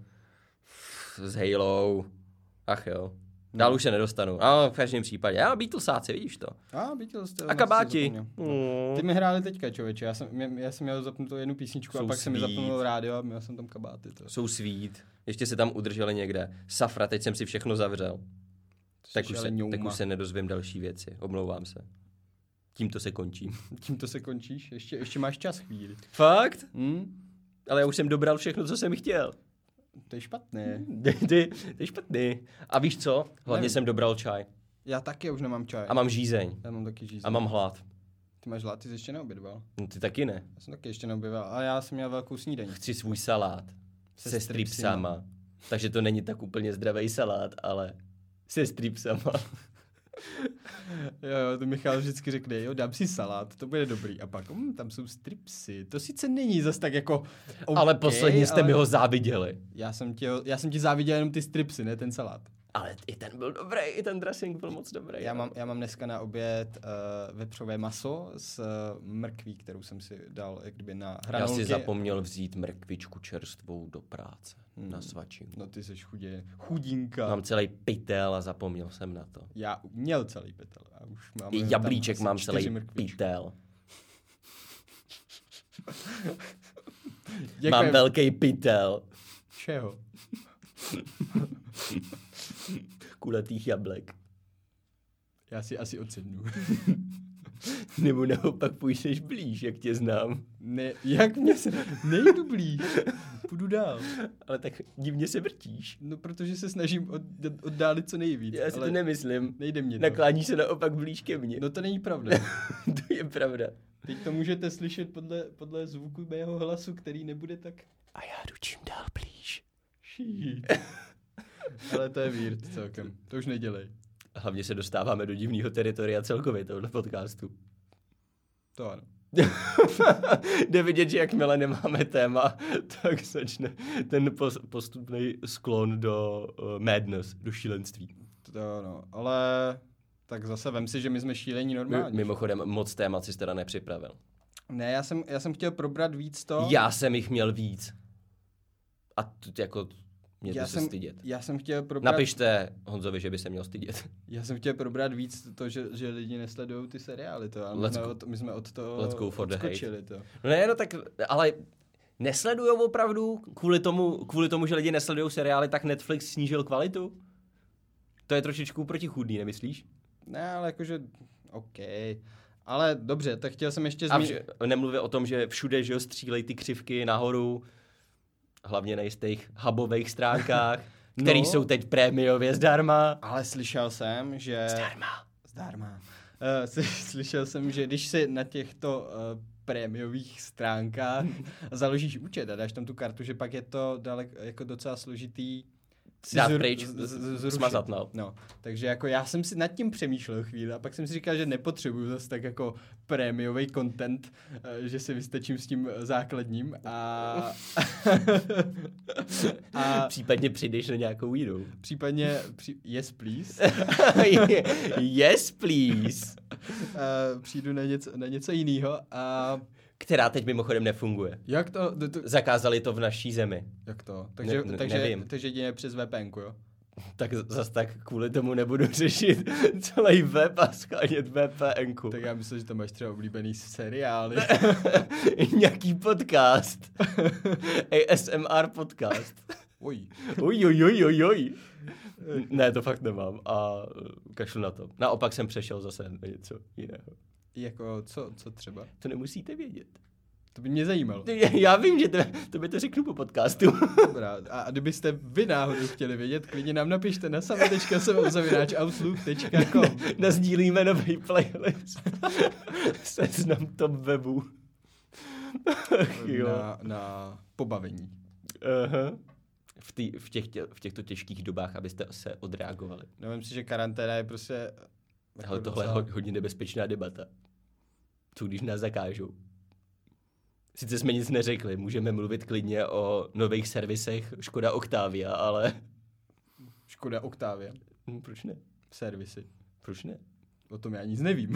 z Halo. Ach jo. Dál No. už se nedostanu. A v každém případě. Já Beatlesáci, vidíš to. A, Beatles, to, A kabáti. No. Ty mi hráli teďka, člověče. Já jsem, já jsem měl zapnutou jednu písničku Jsou a pak se mi sweet. zapnulo rádio a měl jsem tam kabáty. To. Jsou sweet. Ještě se tam udrželi někde. Safra, teď jsem si všechno zavřel. Tak už, se, tak už se nedozvím další věci. Omlouvám se. Tímto se končí. Tímto se končíš? Ještě, ještě máš čas chvíli. Fakt? Hm? Ale já už jsem dobral všechno, co jsem chtěl. To je špatné. Ty, ty, to je špatný. A víš co? Hlavně Nevím. jsem dobral čaj. Já taky už nemám čaj. A mám žízeň. Já mám taky žízeň. A mám hlad. Ty máš hlad, ty jsi ještě neobědval. No ty taky ne. Já jsem taky ještě neobědval, ale já jsem měl velkou snídaň. Chci svůj salát. Se Se stripsama. Takže to není tak úplně zdravý salát, ale se stripsama. Jo, jo, to Michal vždycky řekne, jo, dám si salát, to bude dobrý. A pak, hm, tam jsou stripsy. To sice není zas tak jako okay, ale posledně jste ale... mi ho záviděli. Já jsem, tě, já jsem ti záviděl jenom ty stripsy, ne ten salát. Ale i ten byl dobrý, i ten dressing byl moc dobrý. Já mám, já mám dneska na oběd uh, vepřové maso s uh, mrkví, kterou jsem si dal jak kdyby na Já hranolky. si zapomněl vzít mrkvičku čerstvou do práce. Hmm. Na svačinku. No ty jsi chudě, chudinka. Mám celý pytel a zapomněl jsem na to. Já měl celý pytel. A už mám I jablíček mám celý mrkvičky. pytel. Děkujem. Mám velký pytel. Čeho? Kulatých jablek. Já si asi ocednu. Nebo naopak půjdeš blíž, jak tě znám. Ne, jak mě se... Nejdu blíž. Půjdu dál. Ale tak divně se vrtíš. No, protože se snažím od, oddálit co nejvíc. Já si ale to nemyslím. nejde mě to. Nakláníš se naopak blíž ke mně. No to není pravda. To je pravda. Teď to můžete slyšet podle, podle zvuku mého hlasu, který nebude tak... A já jdu čím dál blíž. Šít. Ale to je weird celkem. To už nedělej. Hlavně se dostáváme do divného teritoria celkově tohle podcastu. To ano. Jde vidět, že jakmile nemáme téma, tak začne ten postupný sklon do uh, madness, do šílenství. To ano, ale tak zase vem si, že my jsme šílení normální. Mimochodem, moc témat si teda nepřipravil. Ne, já jsem, já jsem chtěl probrat víc to. Já jsem jich měl víc. A t- jako mě já to jsem, se stydět. Já jsem chtěl probrat... Napište Honzovi, že by se měl stydět. Já jsem chtěl probrat víc to, že, že lidi nesledují ty seriály, to. Ale my jsme, od, my jsme od toho let's go for the odskočili, to. No ne, no tak, ale nesledujou opravdu kvůli tomu, kvůli tomu, že lidi nesledují seriály, tak Netflix snížil kvalitu? To je trošičku protichůdný, nemyslíš? Ne, ale jakože, OK. Ale dobře, tak chtěl jsem ještě zmínit. zmínit... A nemluvě o tom, že všude, že jo, střílej ty křivky nahoru, hlavně na jistých hubových stránkách, který no. jsou teď prémiově zdarma. Ale slyšel jsem, že... Zdarma. Zdarma. Uh, slyšel jsem, že když si na těchto uh, prémiových stránkách založíš účet a dáš tam tu kartu, že pak je to daleko, jako docela složitý dát pryč, smazat, no. no. Takže jako já jsem si nad tím přemýšlel chvíli a pak jsem si říkal, že nepotřebuju zase tak jako prémiový content, že si vystačím s tím základním a... a... Případně přijdeš na nějakou jinou. Případně, při... yes please. Yes please. uh, přijdu na něco, na něco jiného a... Která teď mimochodem nefunguje. Jak to? to, to... Zakázali to v naší zemi. Jak to? Takže, ne, takže, nevím. takže jedině přes VPNku, jo? Tak zas tak kvůli tomu nebudu řešit celý web a schánět V P N ku. Tak já myslím, že to máš třeba oblíbený seriály. Nějaký podcast. A S M R podcast. Oj. Oj, oj, oj, oj, oj. Ne, to fakt nemám a kašlu na to. Naopak jsem přešel zase na něco jiného. Jako, co, co třeba? To nemusíte vědět. To by mě zajímalo. Já vím, že to, to by to řeknu po podcastu. Dobrá, a, a kdybyste vy náhodou chtěli vědět, klidně nám napište na same tečka sebe zavináč outlook tečka com. Nazdílíme nový playlist. Seznam top webů. na, na pobavení. Aha. V, tý, v, těch, v těchto těžkých dobách, abyste se odreagovali. No, myslím si, že karanténa je prostě... Ale tohle docela... je hodně nebezpečná debata. Co když nás zakážou? Sice jsme nic neřekli, můžeme mluvit klidně o nových servisech Škoda Octavia, ale... Škoda Octavia? Hm, proč ne? Servisy. Proč ne? O tom já nic nevím.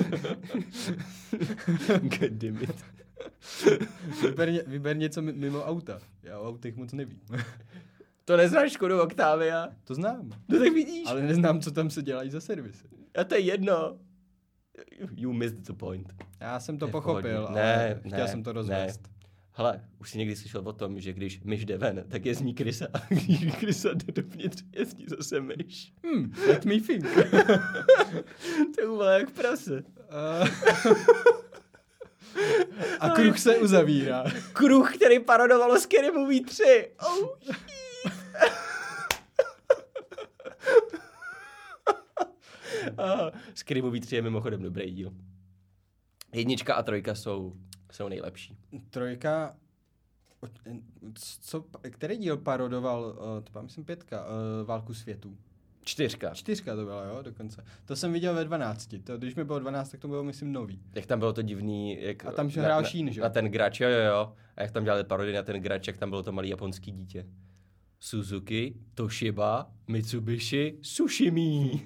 God damn it. Vyber, ně, vyber něco mimo auta. Já o autech moc nevím. To neznáš Škodu Octavia? To znám. No tak vidíš. Ale neznám, co tam se dělají za servisy. A to je jedno. You missed the point. Já jsem to je pochopil, ale ne, chtěl ne, jsem to rozvést. Ne. Hele, už jsi někdy slyšel o tom, že když myš jde ven, tak je z ní krysa. A když krysa jde dovnitř, je z ní zase myš. Hmm, let me think. To je úplně jak prase. Uh, a kruh se uzavírá. Kruh, který parodovalo Scary Movie tři. Oh, uh, Scary Movie tři je mimochodem dobrý díl. Jednička a trojka jsou, jsou nejlepší. Trojka, co, který díl parodoval, uh, to myslím pětka, uh, Válku světů? Čtyřka. Čtyřka to byla, jo, dokonce. To jsem viděl ve dvanácti. To, když mi bylo dvanáct, tak to bylo, myslím, nový. Jak tam bylo to divný, jak... A tam hrál Sheen, že jo? Na ten grač, jo, jo, jo. A jak tam dělali parodii na ten grač, jak tam bylo to malý japonský dítě. Suzuki, Toshiba, Mitsubishi, Sushimi.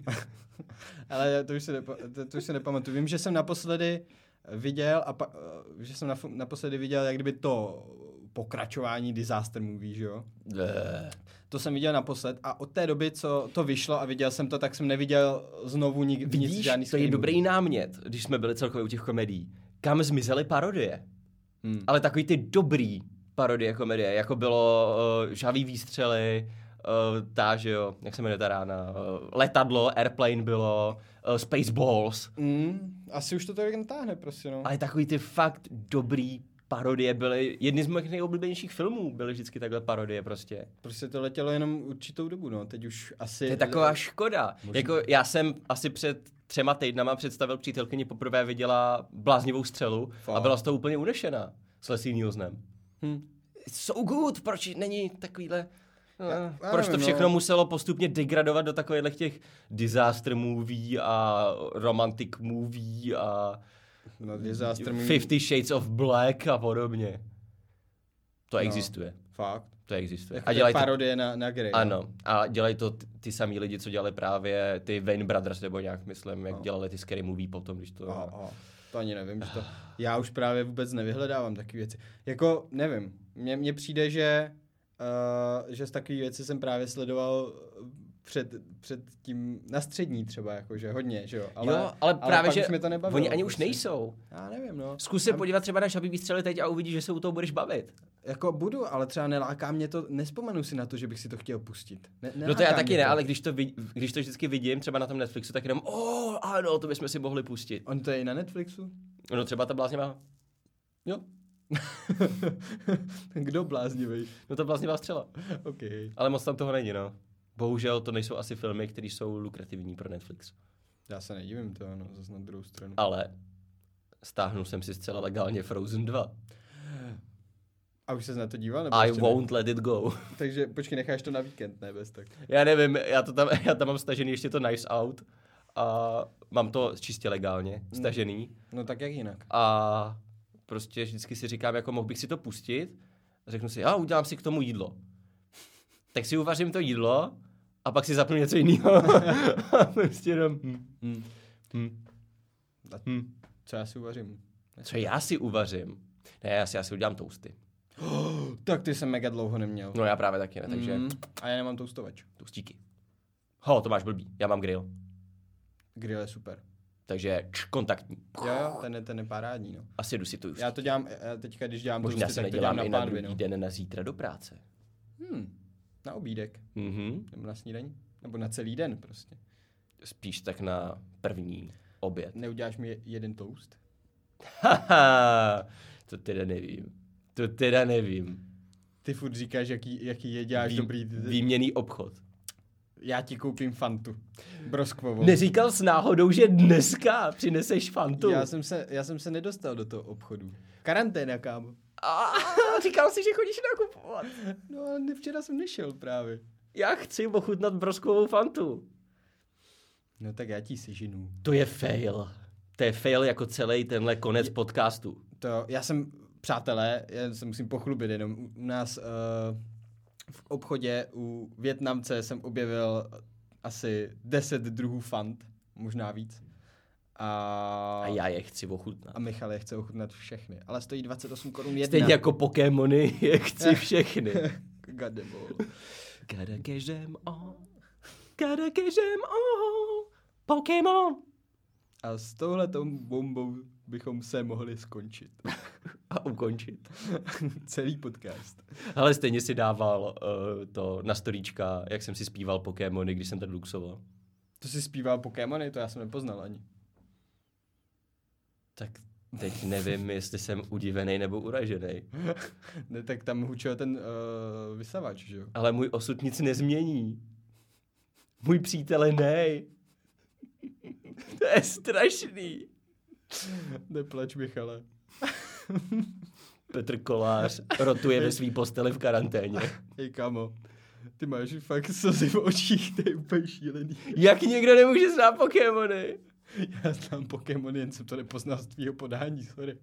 Ale to už, se nepa, to, to už se nepamatuju. Vím, že jsem naposledy viděl, a pa, že jsem naposledy viděl, jak kdyby to pokračování Disaster Movie, že jo? Ne. To jsem viděl naposled a od té doby, co to vyšlo a viděl jsem to, tak jsem neviděl znovu nik, Vidíš, nic, žádný to je dobrý námět, když jsme byli celkově u těch komedií. Kam zmizely parodie? Hmm. Ale takový ty dobrý parodie komedie, jako bylo uh, Žhavý výstřely, uh, ta, že jo, jak se jmenuje ta rána, uh, Letadlo, Airplane bylo, uh, Spaceballs. Mm, asi už to tady netáhne, prostě, no. Ale takový ty fakt dobrý parodie byly, jedny z mých nejoblíbenějších filmů byly vždycky takhle parodie prostě. Prostě to letělo jenom určitou dobu, no, teď už asi... To je taková škoda. Možná. Jako já jsem asi před třema týdnama představil přítelkyni, poprvé viděla Bláznivou střelu Fakt. A byla z toho úplně unešená s Leslie Nielsenem. Hm. So good, proč není takovýhle... Já, já proč nevím, to všechno no. muselo postupně degradovat do takových těch disaster movie a romantic movie a no, disaster movie. Fifty Shades of Black a podobně. To no, existuje. Fakt. To existuje. Jako a dělají parodie to... na, na Grey. Ano. A dělají to ty, ty samý lidi, co dělali právě ty Wayne Brothers, nebo nějak myslím, jak no. dělali ty Scary Movie potom, když to... Aha, aha. To ani nevím, že to... Já už právě vůbec nevyhledávám takové věci. Jako, nevím. Mně, mně přijde, že Uh, že z takové věci jsem právě sledoval před, před tím na střední třeba, jakože hodně, že jo. Ale, jo, ale právě, ale že mě to nebavilo, oni ani prostě. už nejsou. Já nevím, no. Zkus se Tam... podívat třeba na Žhavý výstřely teď a uvidíš, že se u toho budeš bavit. Jako budu, ale třeba neláká mě to, nespomenu si na to, že bych si to chtěl pustit. Ne, no to já taky ne, to. Ale když to, vid, když to vždycky vidím třeba na tom Netflixu, tak jenom, oh, ano, to bychom si mohli pustit. On to je i na Netflixu? No třeba ta bláznivá. Jo. Kdo bláznivý? No to bláznivá střela. Okay. Ale moc tam toho není, no. Bohužel to nejsou asi filmy, které jsou lukrativní pro Netflix. Já se nedivím to, no, zase na druhou stranu. Ale stáhnul jsem si zcela legálně Frozen dva. A už ses na to díval? Nebo I won't ne? let it go. Takže počkej, necháš to na víkend, ne bez tak. Já nevím, já, to tam, já tam mám stažený ještě to Nice Out a mám to čistě legálně stažený. No tak jak jinak? A prostě vždycky si říkám, jako mohl bych si to pustit a řeknu si, já udělám si k tomu jídlo. Tak si uvařím to jídlo a pak si zapnu něco jiného. A prostě jenom... Hm, hm, hm, hm. Co já si uvařím? Co já si uvařím? Ne, já si, já si udělám toasty. Oh, tak ty jsem mega dlouho neměl. No já právě taky ne, takže... Mm. A já nemám toustovač. Toustíky. Ho, to máš blbý, já mám grill. Grill je super. Takže č, kontaktní. Jo, jo, ten je, ten je parádní, no. Asi jdu si to už. Já to dělám, já teďka, když dělám Možná toasty, se tak to nedělám dělám i na na pánvi, druhý no. den na zítra do práce. Hmm, na obídek. Mhm. Nebo na snídaní. Nebo na celý den prostě. Spíš tak na první oběd. Neuděláš mi jeden toast? Haha, to teda nevím. To teda nevím. Ty furt říkáš, jaký, jaký je děláš Vý, dobrý. Výměný obchod. Já ti koupím Fantu. Broskvovou. Neříkal jsi náhodou, že dneska přineseš Fantu? Já jsem se, já jsem se nedostal do toho obchodu. Karanténa, kámo. A, říkal jsi, že chodíš nakupovat. No ale včera jsem nešel právě. Já chci ochutnat broskovou Fantu. No tak já ti sežinu. To je fail. To je fail jako celý tenhle konec je, podcastu. To, já jsem, přátelé, já se musím pochlubit jenom. U, u nás uh, v obchodě u Vietnamce jsem objevil asi deset druhů Fant, možná víc. A, a já je chci ochutnat. A Michal je chce ochutnat všechny. Ale stojí dvacet osm korun jedna. Stejně jako Pokémony je chci všechny. Gadebol. Gotta get them all. Gotta get them all. Pokémon. A s touhletou bombou bychom se mohli skončit. A ukončit. Celý podcast. Ale stejně si dával uh, to na storíčka, jak jsem si zpíval Pokémony, když jsem tady luxoval. To si zpíval Pokémony, to já jsem nepoznal ani. Tak teď nevím, jestli jsem udivený nebo uražený. Ne, tak tam hučel ten uh, vysavač, že jo? Ale můj osud nic nezmění. Můj přítele nej. To je strašný. Neplač, Michale. Petr Kolář rotuje ve svý posteli v karanténě. Hej, kamo, ty máš fakt slzy v očích, to je úplně šílený. Jak někdo nemůže znát Pokémony? Já znám Pokémony, jen jsem to nepoznal z tvýho podání, sorry.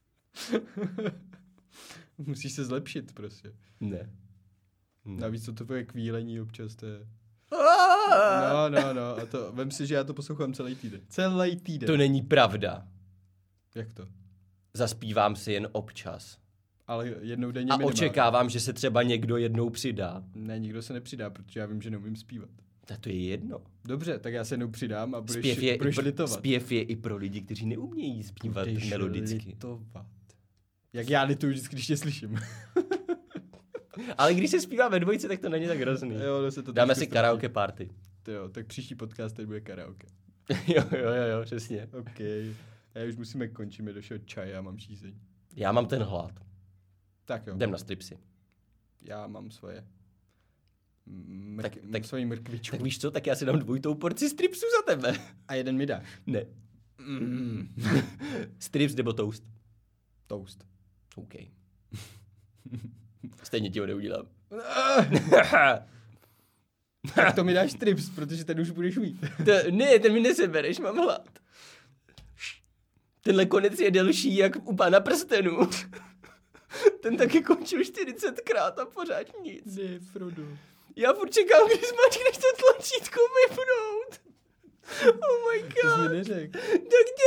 Musíš se zlepšit prostě. Ne. Hmm. Navíc to tvoje kvílení občas, to je... No, no, no, a to, vem si, že já to poslouchám celý týden. Celý týden. To není pravda. Jak to? Zaspívám si jen občas. Ale jednou denně A minimálně. očekávám, že se třeba někdo jednou přidá. Ne, nikdo se nepřidá, protože já vím, že neumím zpívat. A to je jedno. Dobře, tak já se jednou přidám a budeš, Zpěv je, budeš i pro, litovat. zpěv je i pro lidi, kteří neumějí zpívat budeš melodicky. litovat. Jak já lituju vždycky, když tě slyším. Ale když se zpívá ve dvojici, tak to není tak hrozný. Jo, se to Dáme si ztratí. karaoke party. Jo, tak příští podcast teď bude karaoke. jo, jo, jo, jo, přesně. OK. Já už musíme končit, mi došel čaj, já mám žízeň. Já mám ten hlad. Tak jo. Jdem na stripsy. Já mám svoje. Mrk, Tak- tak, tak- svoji mrkvičku. Tak víš co, tak já si dám dvojitou porci stripsů za tebe. A jeden mi dáš. Ne. Mm. Strips nebo toast? Toast. OK. Stejně ti ho neudělám. Tak to mi dáš strips, protože ten už budeš mít. To, ne, ten mi nesebereš, mám hlad. Tenhle konec je delší jak u Pána prstenů. Ten taky končil čtyřicetkrát a pořád nic. Ne, Frodo. Já furt čekám, když zmačkneš to tlačítko vypnout. Oh my To jsi mi god. neřekl. Tak tě